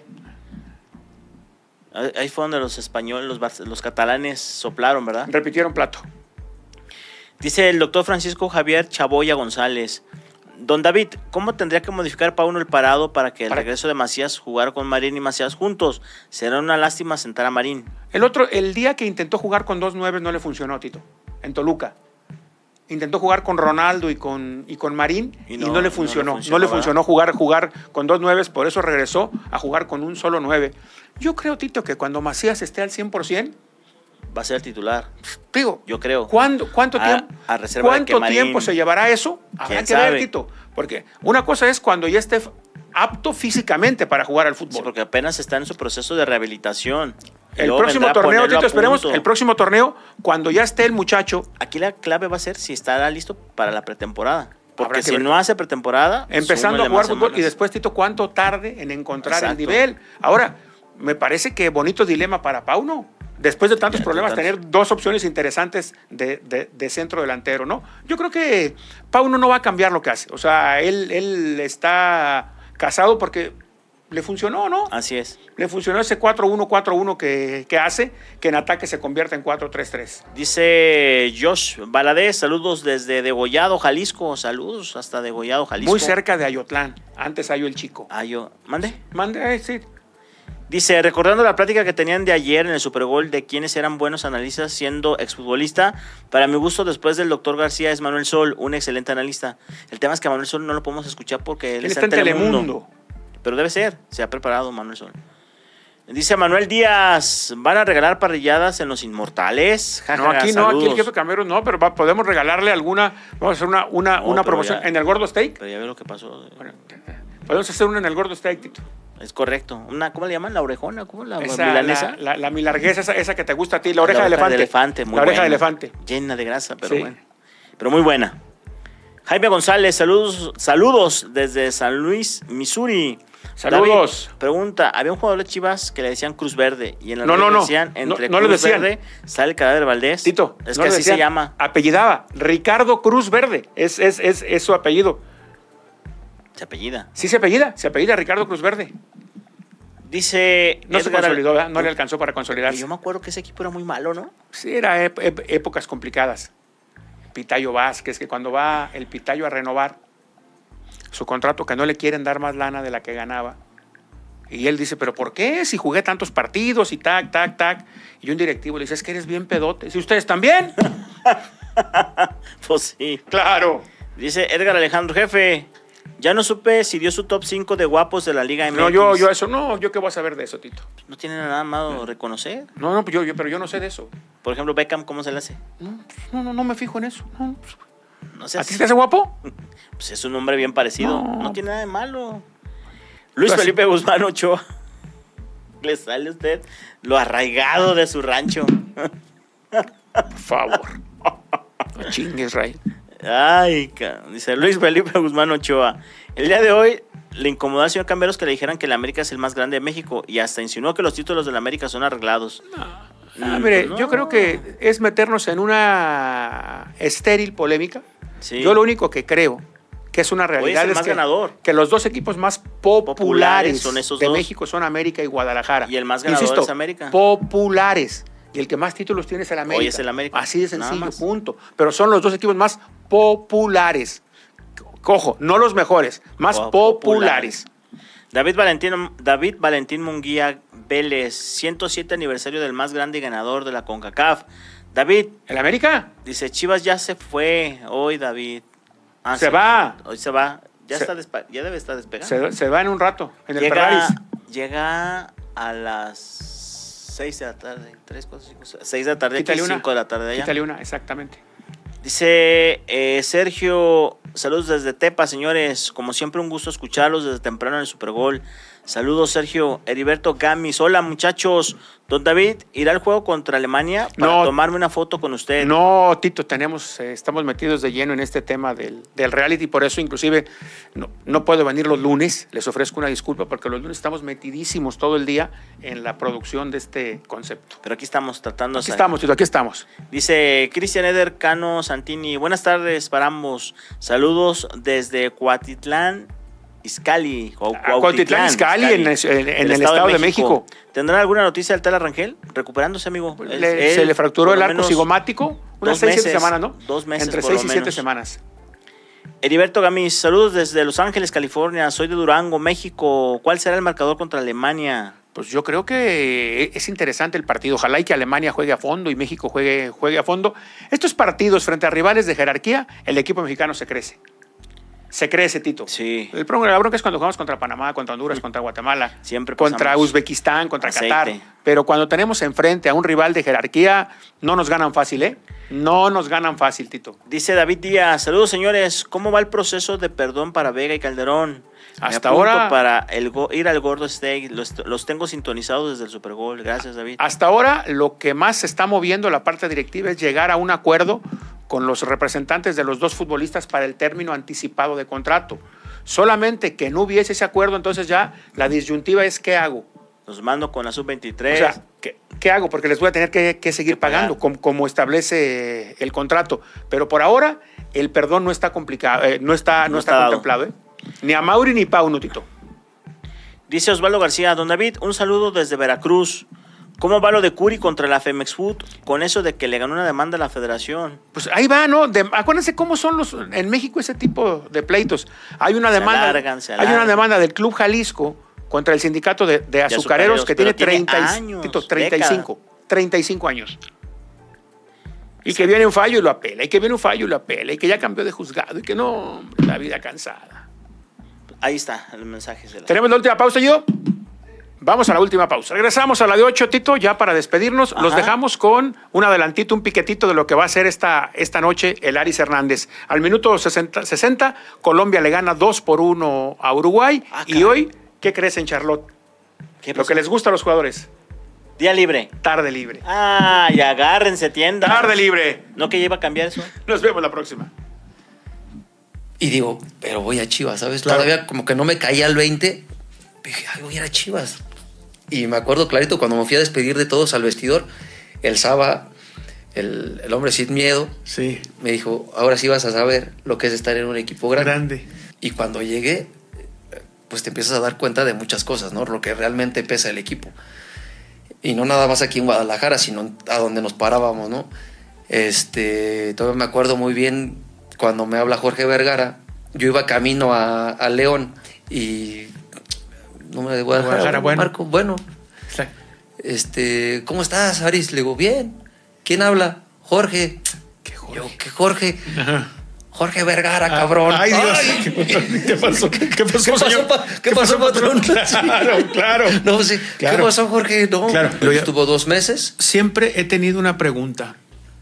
B: Ahí fue donde los españoles, los, los catalanes soplaron, ¿verdad?
A: Repitieron plato.
B: Dice el doctor Francisco Javier Chaboya González. Don David, ¿cómo tendría que modificar Pauno el parado para que el para... regreso de Macías jugara con Marín y Macías juntos? Será una lástima sentar a Marín.
A: El otro, el día que intentó jugar con dos nueves no le funcionó, Tito. En Toluca. Intentó jugar con Ronaldo y con, y con Marín y no, y no le funcionó. No le funcionó, no le funcionó jugar, jugar con dos nueves, por eso regresó a jugar con un solo nueve. Yo creo, Tito, que cuando Macías esté al cien por ciento...
B: va a ser el titular.
A: Digo,
B: yo creo.
A: ¿Cuándo, ¿Cuánto,
B: a,
A: tiempo,
B: a reserva
A: ¿cuánto
B: de que Marín,
A: tiempo se llevará eso? Habrá que
B: sabe?
A: ver, Tito. Porque una cosa es cuando ya esté apto físicamente para jugar al fútbol.
B: Sí, porque apenas está en su proceso de rehabilitación.
A: El próximo torneo, Tito, esperemos, el próximo torneo, cuando ya esté el muchacho.
B: Aquí la clave va a ser si estará listo para la pretemporada. Porque si ver. no hace pretemporada,
A: empezando a jugar fútbol semanas. Y después, Tito, cuánto tarde en encontrar Exacto. el nivel. Ahora, me parece que bonito dilema para Pauno. Después de tantos ya, problemas, de tantos. tener dos opciones interesantes de, de, de centro delantero, ¿no? Yo creo que Pauno no va a cambiar lo que hace. O sea, él, él está casado porque le funcionó, ¿no?
B: Así es.
A: Le funcionó ese cuatro uno cuatro uno que, que hace, que en ataque se convierta en cuatro tres tres.
B: Dice Josh Valadez, saludos desde Degollado, Jalisco. Saludos hasta Degollado, Jalisco.
A: Muy cerca de Ayotlán. Antes Ayo el Chico.
B: Ayo, ¿mande?
A: Mande, eh, sí.
B: Dice, recordando la plática que tenían de ayer en el Super Bowl de quiénes eran buenos analistas siendo exfutbolista, para mi gusto después del doctor García es Manuel Sol, un excelente analista. El tema es que a Manuel Sol no lo podemos escuchar porque él, él está, está en Telemundo. Telemundo. Pero debe ser, se ha preparado Manuel Sol. Dice Manuel Díaz, ¿van a regalar parrilladas en Los Inmortales? Ja,
A: no, aquí
B: saludos.
A: no, aquí el jefe Cameron no, pero va, podemos regalarle alguna, vamos a hacer una, una, no, una promoción ya, en el Gordo Steak.
B: Pero ya ve lo que pasó.
A: Bueno, podemos hacer una en el Gordo Steak, Tito.
B: Es correcto. Una, ¿cómo le llaman? ¿La orejona? ¿Cómo la
A: esa,
B: milanesa?
A: La, la, la milarguesa, esa, esa que te gusta a ti, la oreja,
B: la oreja
A: de elefante.
B: De elefante muy
A: la oreja
B: buena,
A: de elefante.
B: Llena de grasa, pero
A: sí.
B: bueno. Pero muy buena. Jaime González, saludos, saludos desde San Luis, Missouri.
A: Saludos.
B: David, pregunta, había un jugador de Chivas que le decían Cruz Verde y en la
A: no, no, no.
B: decían entre
A: no, no
B: Cruz
A: le decían.
B: Verde sale el cadáver Valdés.
A: Tito,
B: es
A: no
B: que así
A: decían.
B: se llama.
A: Apellidaba Ricardo Cruz Verde, es, es, es, es su apellido.
B: Se apellida.
A: Sí, se apellida, se apellida Ricardo Cruz Verde.
B: Dice
A: no Edgar, se consolidó, ¿verdad? No le alcanzó para consolidarse.
B: Yo me acuerdo que ese equipo era muy malo, ¿no?
A: Sí, era ép ép épocas complicadas. Pitayo Vázquez, que cuando va el Pitayo a renovar su contrato, que no le quieren dar más lana de la que ganaba. Y él dice, ¿pero por qué? Si jugué tantos partidos y tac, tac, tac. Y un directivo le dice, es que eres bien pedote. ¿Si ustedes también?
B: Pues sí.
A: Claro.
B: Dice Edgar Alejandro, jefe, ya no supe si dio su top cinco de guapos de la Liga M X.
A: No, yo, yo eso, no, yo qué voy a saber de eso, Tito.
B: No tiene nada más de reconocer.
A: No, no, yo, yo, pero yo no sé de eso.
B: Por ejemplo, Beckham, ¿cómo se le hace?
A: No, no, no, no me fijo en eso. No,
B: no sé.
A: ¿A ti te hace guapo?
B: Pues es un hombre bien parecido. No,
A: no
B: tiene nada de malo. Luis pues, Felipe Guzmán Ochoa. ¿Le sale a usted lo arraigado de su rancho?
A: Por favor. No chingues, Ray.
B: Ay, dice Luis Felipe Guzmán Ochoa. El día de hoy le incomodó al señor Camberos que le dijeran que la América es el más grande de México y hasta insinuó que los títulos de la América son arreglados.
A: No. Ah, mire, pues no. Yo creo que es meternos en una estéril polémica. Sí. Yo lo único que creo que es una realidad
B: Oye, es,
A: es
B: más
A: que,
B: ganador.
A: que los dos equipos más populares, populares
B: son esos
A: de
B: dos.
A: México son América y Guadalajara.
B: Y el más ganador
A: Insisto,
B: es América.
A: Populares. Y el que más títulos tiene es el América.
B: Hoy es el América.
A: Así de sencillo, punto. Pero son los dos equipos más populares. Cojo, no los mejores, más
B: Oh,
A: populares.
B: populares. David Valentín, David Valentín Munguía Vélez, ciento siete aniversario del más grande y ganador de la CONCACAF. David.
A: ¿El América?
B: Dice, Chivas ya se fue hoy, David. Ah,
A: se
B: sí,
A: va.
B: Hoy se va. Ya,
A: Se,
B: está despa- ya debe estar despegando.
A: Se, se va en un rato, en
B: llega,
A: el Ferraris.
B: Llega a las seis de la tarde. tres, cuatro, cinco, seis de la tarde.
A: Quítale
B: aquí,
A: una.
B: cinco de la tarde allá.
A: Quítale una, exactamente.
B: Dice eh, Sergio, saludos desde Tepa, señores. Como siempre, un gusto escucharlos desde temprano en el Supergol. Saludos, Sergio. Heriberto Gamis, hola, muchachos. Don David, ¿irá al juego contra Alemania para
A: No.
B: tomarme una foto con usted?
A: No, Tito, tenemos, eh, estamos metidos de lleno en este tema del, del reality, por eso inclusive no, no puedo venir los lunes, les ofrezco una disculpa, porque los lunes estamos metidísimos todo el día en la producción de este concepto.
B: Pero aquí estamos tratando...
A: Aquí estamos, Tito, aquí estamos.
B: Dice Cristian Eder Cano Santini, buenas tardes para ambos. Saludos desde Cuautitlán, Izcalli. Cuautitlán,
A: Cuautitlán, Izcalli, en, en, en el Estado de México.
B: ¿Tendrán alguna noticia del tal Rangel? Recuperándose, amigo.
A: Le,
B: Él,
A: se le fracturó el arco
B: menos,
A: cigomático, unas seis, siete semanas, ¿no?
B: Dos meses.
A: Entre
B: por
A: seis
B: lo
A: y siete
B: menos.
A: semanas.
B: Heriberto Gamis, saludos desde Los Ángeles, California. Soy de Durango, México. ¿Cuál será el marcador contra Alemania?
A: Pues yo creo que es interesante el partido. Ojalá y que Alemania juegue a fondo y México juegue, juegue a fondo. Estos partidos frente a rivales de jerarquía, el equipo mexicano se crece. Se crece, Tito.
B: Sí.
A: El problema, la bronca es cuando jugamos contra Panamá, contra Honduras, contra Guatemala,
B: Siempre
A: contra
B: pasamos
A: Uzbekistán, contra
B: aceite.
A: Qatar. Pero cuando tenemos enfrente a un rival de jerarquía, no nos ganan fácil, ¿eh? No nos ganan fácil, Tito.
B: Dice David Díaz, saludos señores, ¿cómo va el proceso de perdón para Vega y Calderón? Me
A: Hasta
B: apunto
A: ahora-
B: para el go- ir al Gordo Steak, los, los tengo sintonizados desde el Supergol. Gracias, David.
A: Hasta ahora, lo que más se está moviendo la parte directiva es llegar a un acuerdo con los representantes de los dos futbolistas para el término anticipado de contrato. Solamente que no hubiese ese acuerdo, entonces ya la disyuntiva es ¿qué hago?
B: Los mando con la sub
A: O
B: veintitrés.
A: sea, ¿qué, qué hago? Porque les voy a tener que, que seguir
B: Que pagar.
A: pagando, como, como establece el contrato. Pero por ahora, el perdón no está complicado, eh, no está, no
B: No
A: está,
B: está dado.
A: contemplado. ¿eh? Ni a Mauri ni Pauno, Tito.
B: Dice Osvaldo García, don David, un saludo desde Veracruz. ¿Cómo va lo de Curi contra la Femex Food con eso de que le ganó una demanda a la federación?
A: Pues ahí va, ¿no? De- acuérdense cómo son los en México ese tipo de pleitos. Hay una
B: Se
A: demanda,
B: alargan, se
A: hay una
B: alargan.
A: demanda del Club Jalisco contra el sindicato de, de azucareros,
B: azucareros,
A: que tiene,
B: pero tiene
A: treinta, y-
B: años,
A: Tito, treinta y cinco,
B: décadas.
A: treinta y cinco años. Y que viene un fallo y lo apela, y que viene un fallo y lo apela, y que ya cambió de juzgado, y que no, hombre, la vida cansada.
B: Ahí está el mensaje. De la...
A: Tenemos la última pausa, yo. Vamos a la última pausa. Regresamos a la de ocho, Tito, ya para despedirnos.
B: Ajá.
A: Los dejamos con un adelantito, un piquetito de lo que va a ser esta, esta noche el Aris Hernández. Al minuto sesenta, sesenta, Colombia le gana dos por uno a Uruguay.
B: Ah,
A: y
B: caray.
A: hoy, ¿qué crees en Charlotte?
B: ¿Qué
A: Lo
B: pasó?
A: que les gusta a los jugadores.
B: Día libre.
A: Tarde libre.
B: Ah, y agárrense, tienda.
A: Tarde libre.
B: ¿No que lleva a cambiar eso?
A: Nos vemos la próxima.
C: Y digo, pero voy a Chivas, ¿sabes?
A: Claro.
C: Todavía como que no me caía al veinte. Dije, ay, voy a ir a Chivas. Y me acuerdo clarito cuando me fui a despedir de todos al vestidor, el Saba, el, el hombre sin miedo,
E: Sí,
C: me dijo, ahora sí vas a saber lo que es estar en un equipo grande.
E: grande.
C: Y cuando llegué, pues te empiezas a dar cuenta de muchas cosas, ¿no? Lo que realmente pesa el equipo. Y no nada más aquí en Guadalajara, sino a donde nos parábamos, ¿no? Este, todavía me acuerdo muy bien cuando me habla Jorge Vergara. Yo iba camino a, a León y no me voy a dejar.
E: Guadalajara, bueno.
C: Marco, bueno,
E: Exacto.
C: este, ¿cómo estás, Aris? Le digo, bien. ¿Quién habla? Jorge.
E: ¿Qué
C: Yo, ¿qué Jorge? Jorge Vergara,
E: Ah,
C: cabrón.
E: Ay, Dios.
C: Ay.
E: ¿Qué pasó? ¿Qué pasó,
C: ¿Qué pasó,
E: señor?
C: pa- ¿Qué pasó, patrón?
E: Claro, claro.
C: No, sí.
E: Claro.
C: ¿Qué pasó, Jorge? No.
E: Claro.
C: Estuvo dos meses.
E: Siempre he tenido una pregunta.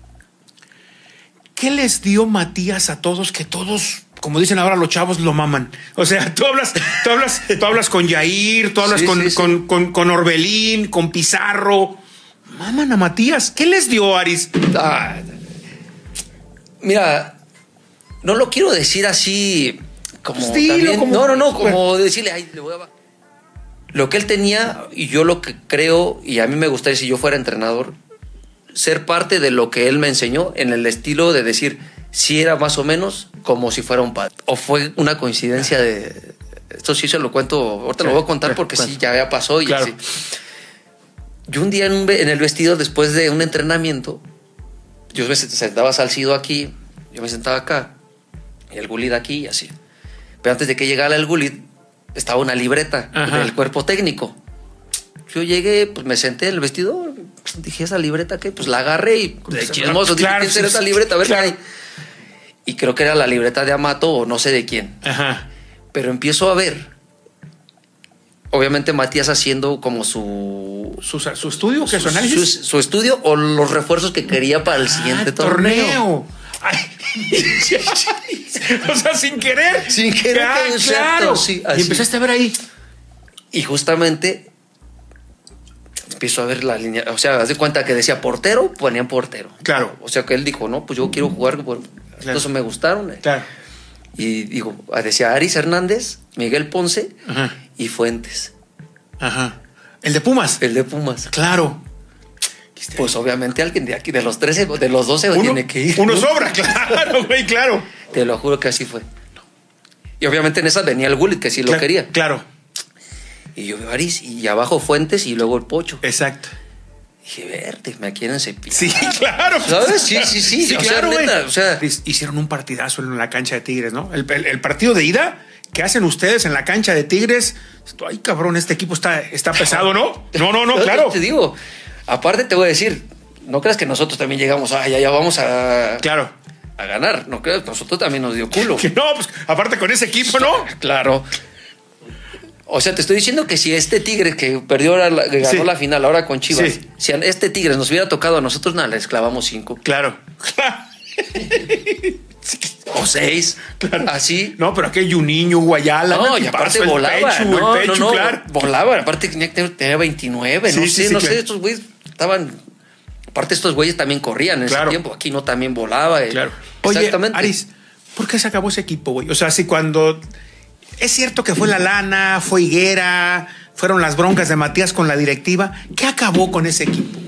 E: ¿Qué les dio Matías a todos que todos, como dicen ahora los chavos, lo maman? O sea, tú hablas, tú hablas, tú hablas con Yair, tú hablas
C: Sí,
E: con,
C: sí, sí.
E: Con, con, con Orbelín, con Pizarro. Maman a Matías. ¿Qué les dio, Aris?
C: Ah, mira, no lo quiero decir así como
E: Pues dilo,
C: también-
E: como-
C: no, no, no, como decirle, ay, le voy a... Lo que él tenía, y yo lo que creo, y a mí me gustaría si yo fuera entrenador, ser parte de lo que él me enseñó en el estilo de decir si era más o menos como si fuera un padre. O fue una coincidencia de... Esto sí se lo cuento, ahorita
E: Sí,
C: lo voy a contar
E: sí,
C: porque sí,
E: cuenta.
C: ya, ya pasó. Y
E: Claro.
C: así. Yo un día en, un ve- en el vestido, después de un entrenamiento, yo me sentaba Salcido aquí, Yo me sentaba acá y el Gullit aquí y así. Pero antes de que llegara el Gullit, estaba una libreta Ajá. del cuerpo técnico. Yo llegué, pues me senté en el vestidor, dije, ¿esa libreta qué? Pues la agarré y de chismoso, dije, ¿quién será esa libreta? A ver claro. qué hay. Y creo que era la libreta de Amato o no sé de quién.
E: Ajá.
C: Pero empiezo a ver, obviamente Matías haciendo como su...
E: ¿Su, su estudio? ¿Qué, su,
C: su
E: análisis?
C: Su, su estudio o los refuerzos que quería para el siguiente ah, torneo. torneo.
E: Ay. O sea, sin querer.
C: Sin querer.
E: Ah, claro. Sí, y empezaste a ver ahí.
C: Y justamente empiezo a ver la línea. O sea, haz de cuenta que decía portero, ponían portero.
E: Claro.
C: O sea, que él dijo, no, pues yo quiero jugar. Por... Claro. Entonces me gustaron. Eh.
E: Claro.
C: Y digo, decía Aris Hernández, Miguel Ponce Ajá. y Fuentes.
E: Ajá. ¿El de Pumas?
C: El de Pumas.
E: Claro.
C: Pues obviamente alguien de aquí, de los trece, de los doce uno, tiene que ir.
E: Uno ¿no? sobra, claro, güey, claro.
C: Te lo juro que así fue. Y obviamente en esa venía el Gullit, que sí
E: claro,
C: lo quería.
E: Claro.
C: Y yo veo a Aris y abajo Fuentes y luego el Pocho.
E: Exacto.
C: Dije, verde, me quieren cepillar.
E: Sí, claro.
C: ¿Sabes? Sí, sí, sí.
E: Sí,
C: o
E: claro,
C: sea,
E: güey.
C: neta, o sea,
E: hicieron un partidazo en la cancha de Tigres, ¿no? El, el, el partido de ida que hacen ustedes en la cancha de Tigres. Ay, cabrón, este equipo está, está pesado, ¿no? No, no, no, claro.
C: Te digo, aparte te voy a decir, no creas que nosotros también llegamos a, ya, ya vamos a...
E: Claro.
C: A ganar, no creas, nosotros también nos dio culo.
E: Que no, pues aparte con ese equipo, ¿no?
C: Claro. O sea, te estoy diciendo que si este Tigres que perdió, la, que ganó sí. la final ahora con Chivas, sí. si este Tigres nos hubiera tocado a nosotros, nada, les clavamos cinco.
E: Claro.
C: O seis.
E: Claro.
C: Así.
E: No, pero aquel Juninho, Guayala.
C: No, y aparte volaba. El pecho, no, el pecho, no, no,
E: claro.
C: Volaba. Aparte tenía veintinueve, sí, no
E: sí,
C: sé,
E: sí,
C: no
E: claro.
C: sé, estos güeyes estaban... Aparte estos güeyes también corrían en
E: claro.
C: ese tiempo. Aquí no también volaba. Eh.
E: Claro. Oye,
C: exactamente.
E: Aris, ¿por qué se acabó ese equipo, güey? O sea, si cuando... Es cierto que fue la lana, fue Higuera, fueron las broncas de Matías con la directiva. ¿Qué acabó con ese equipo?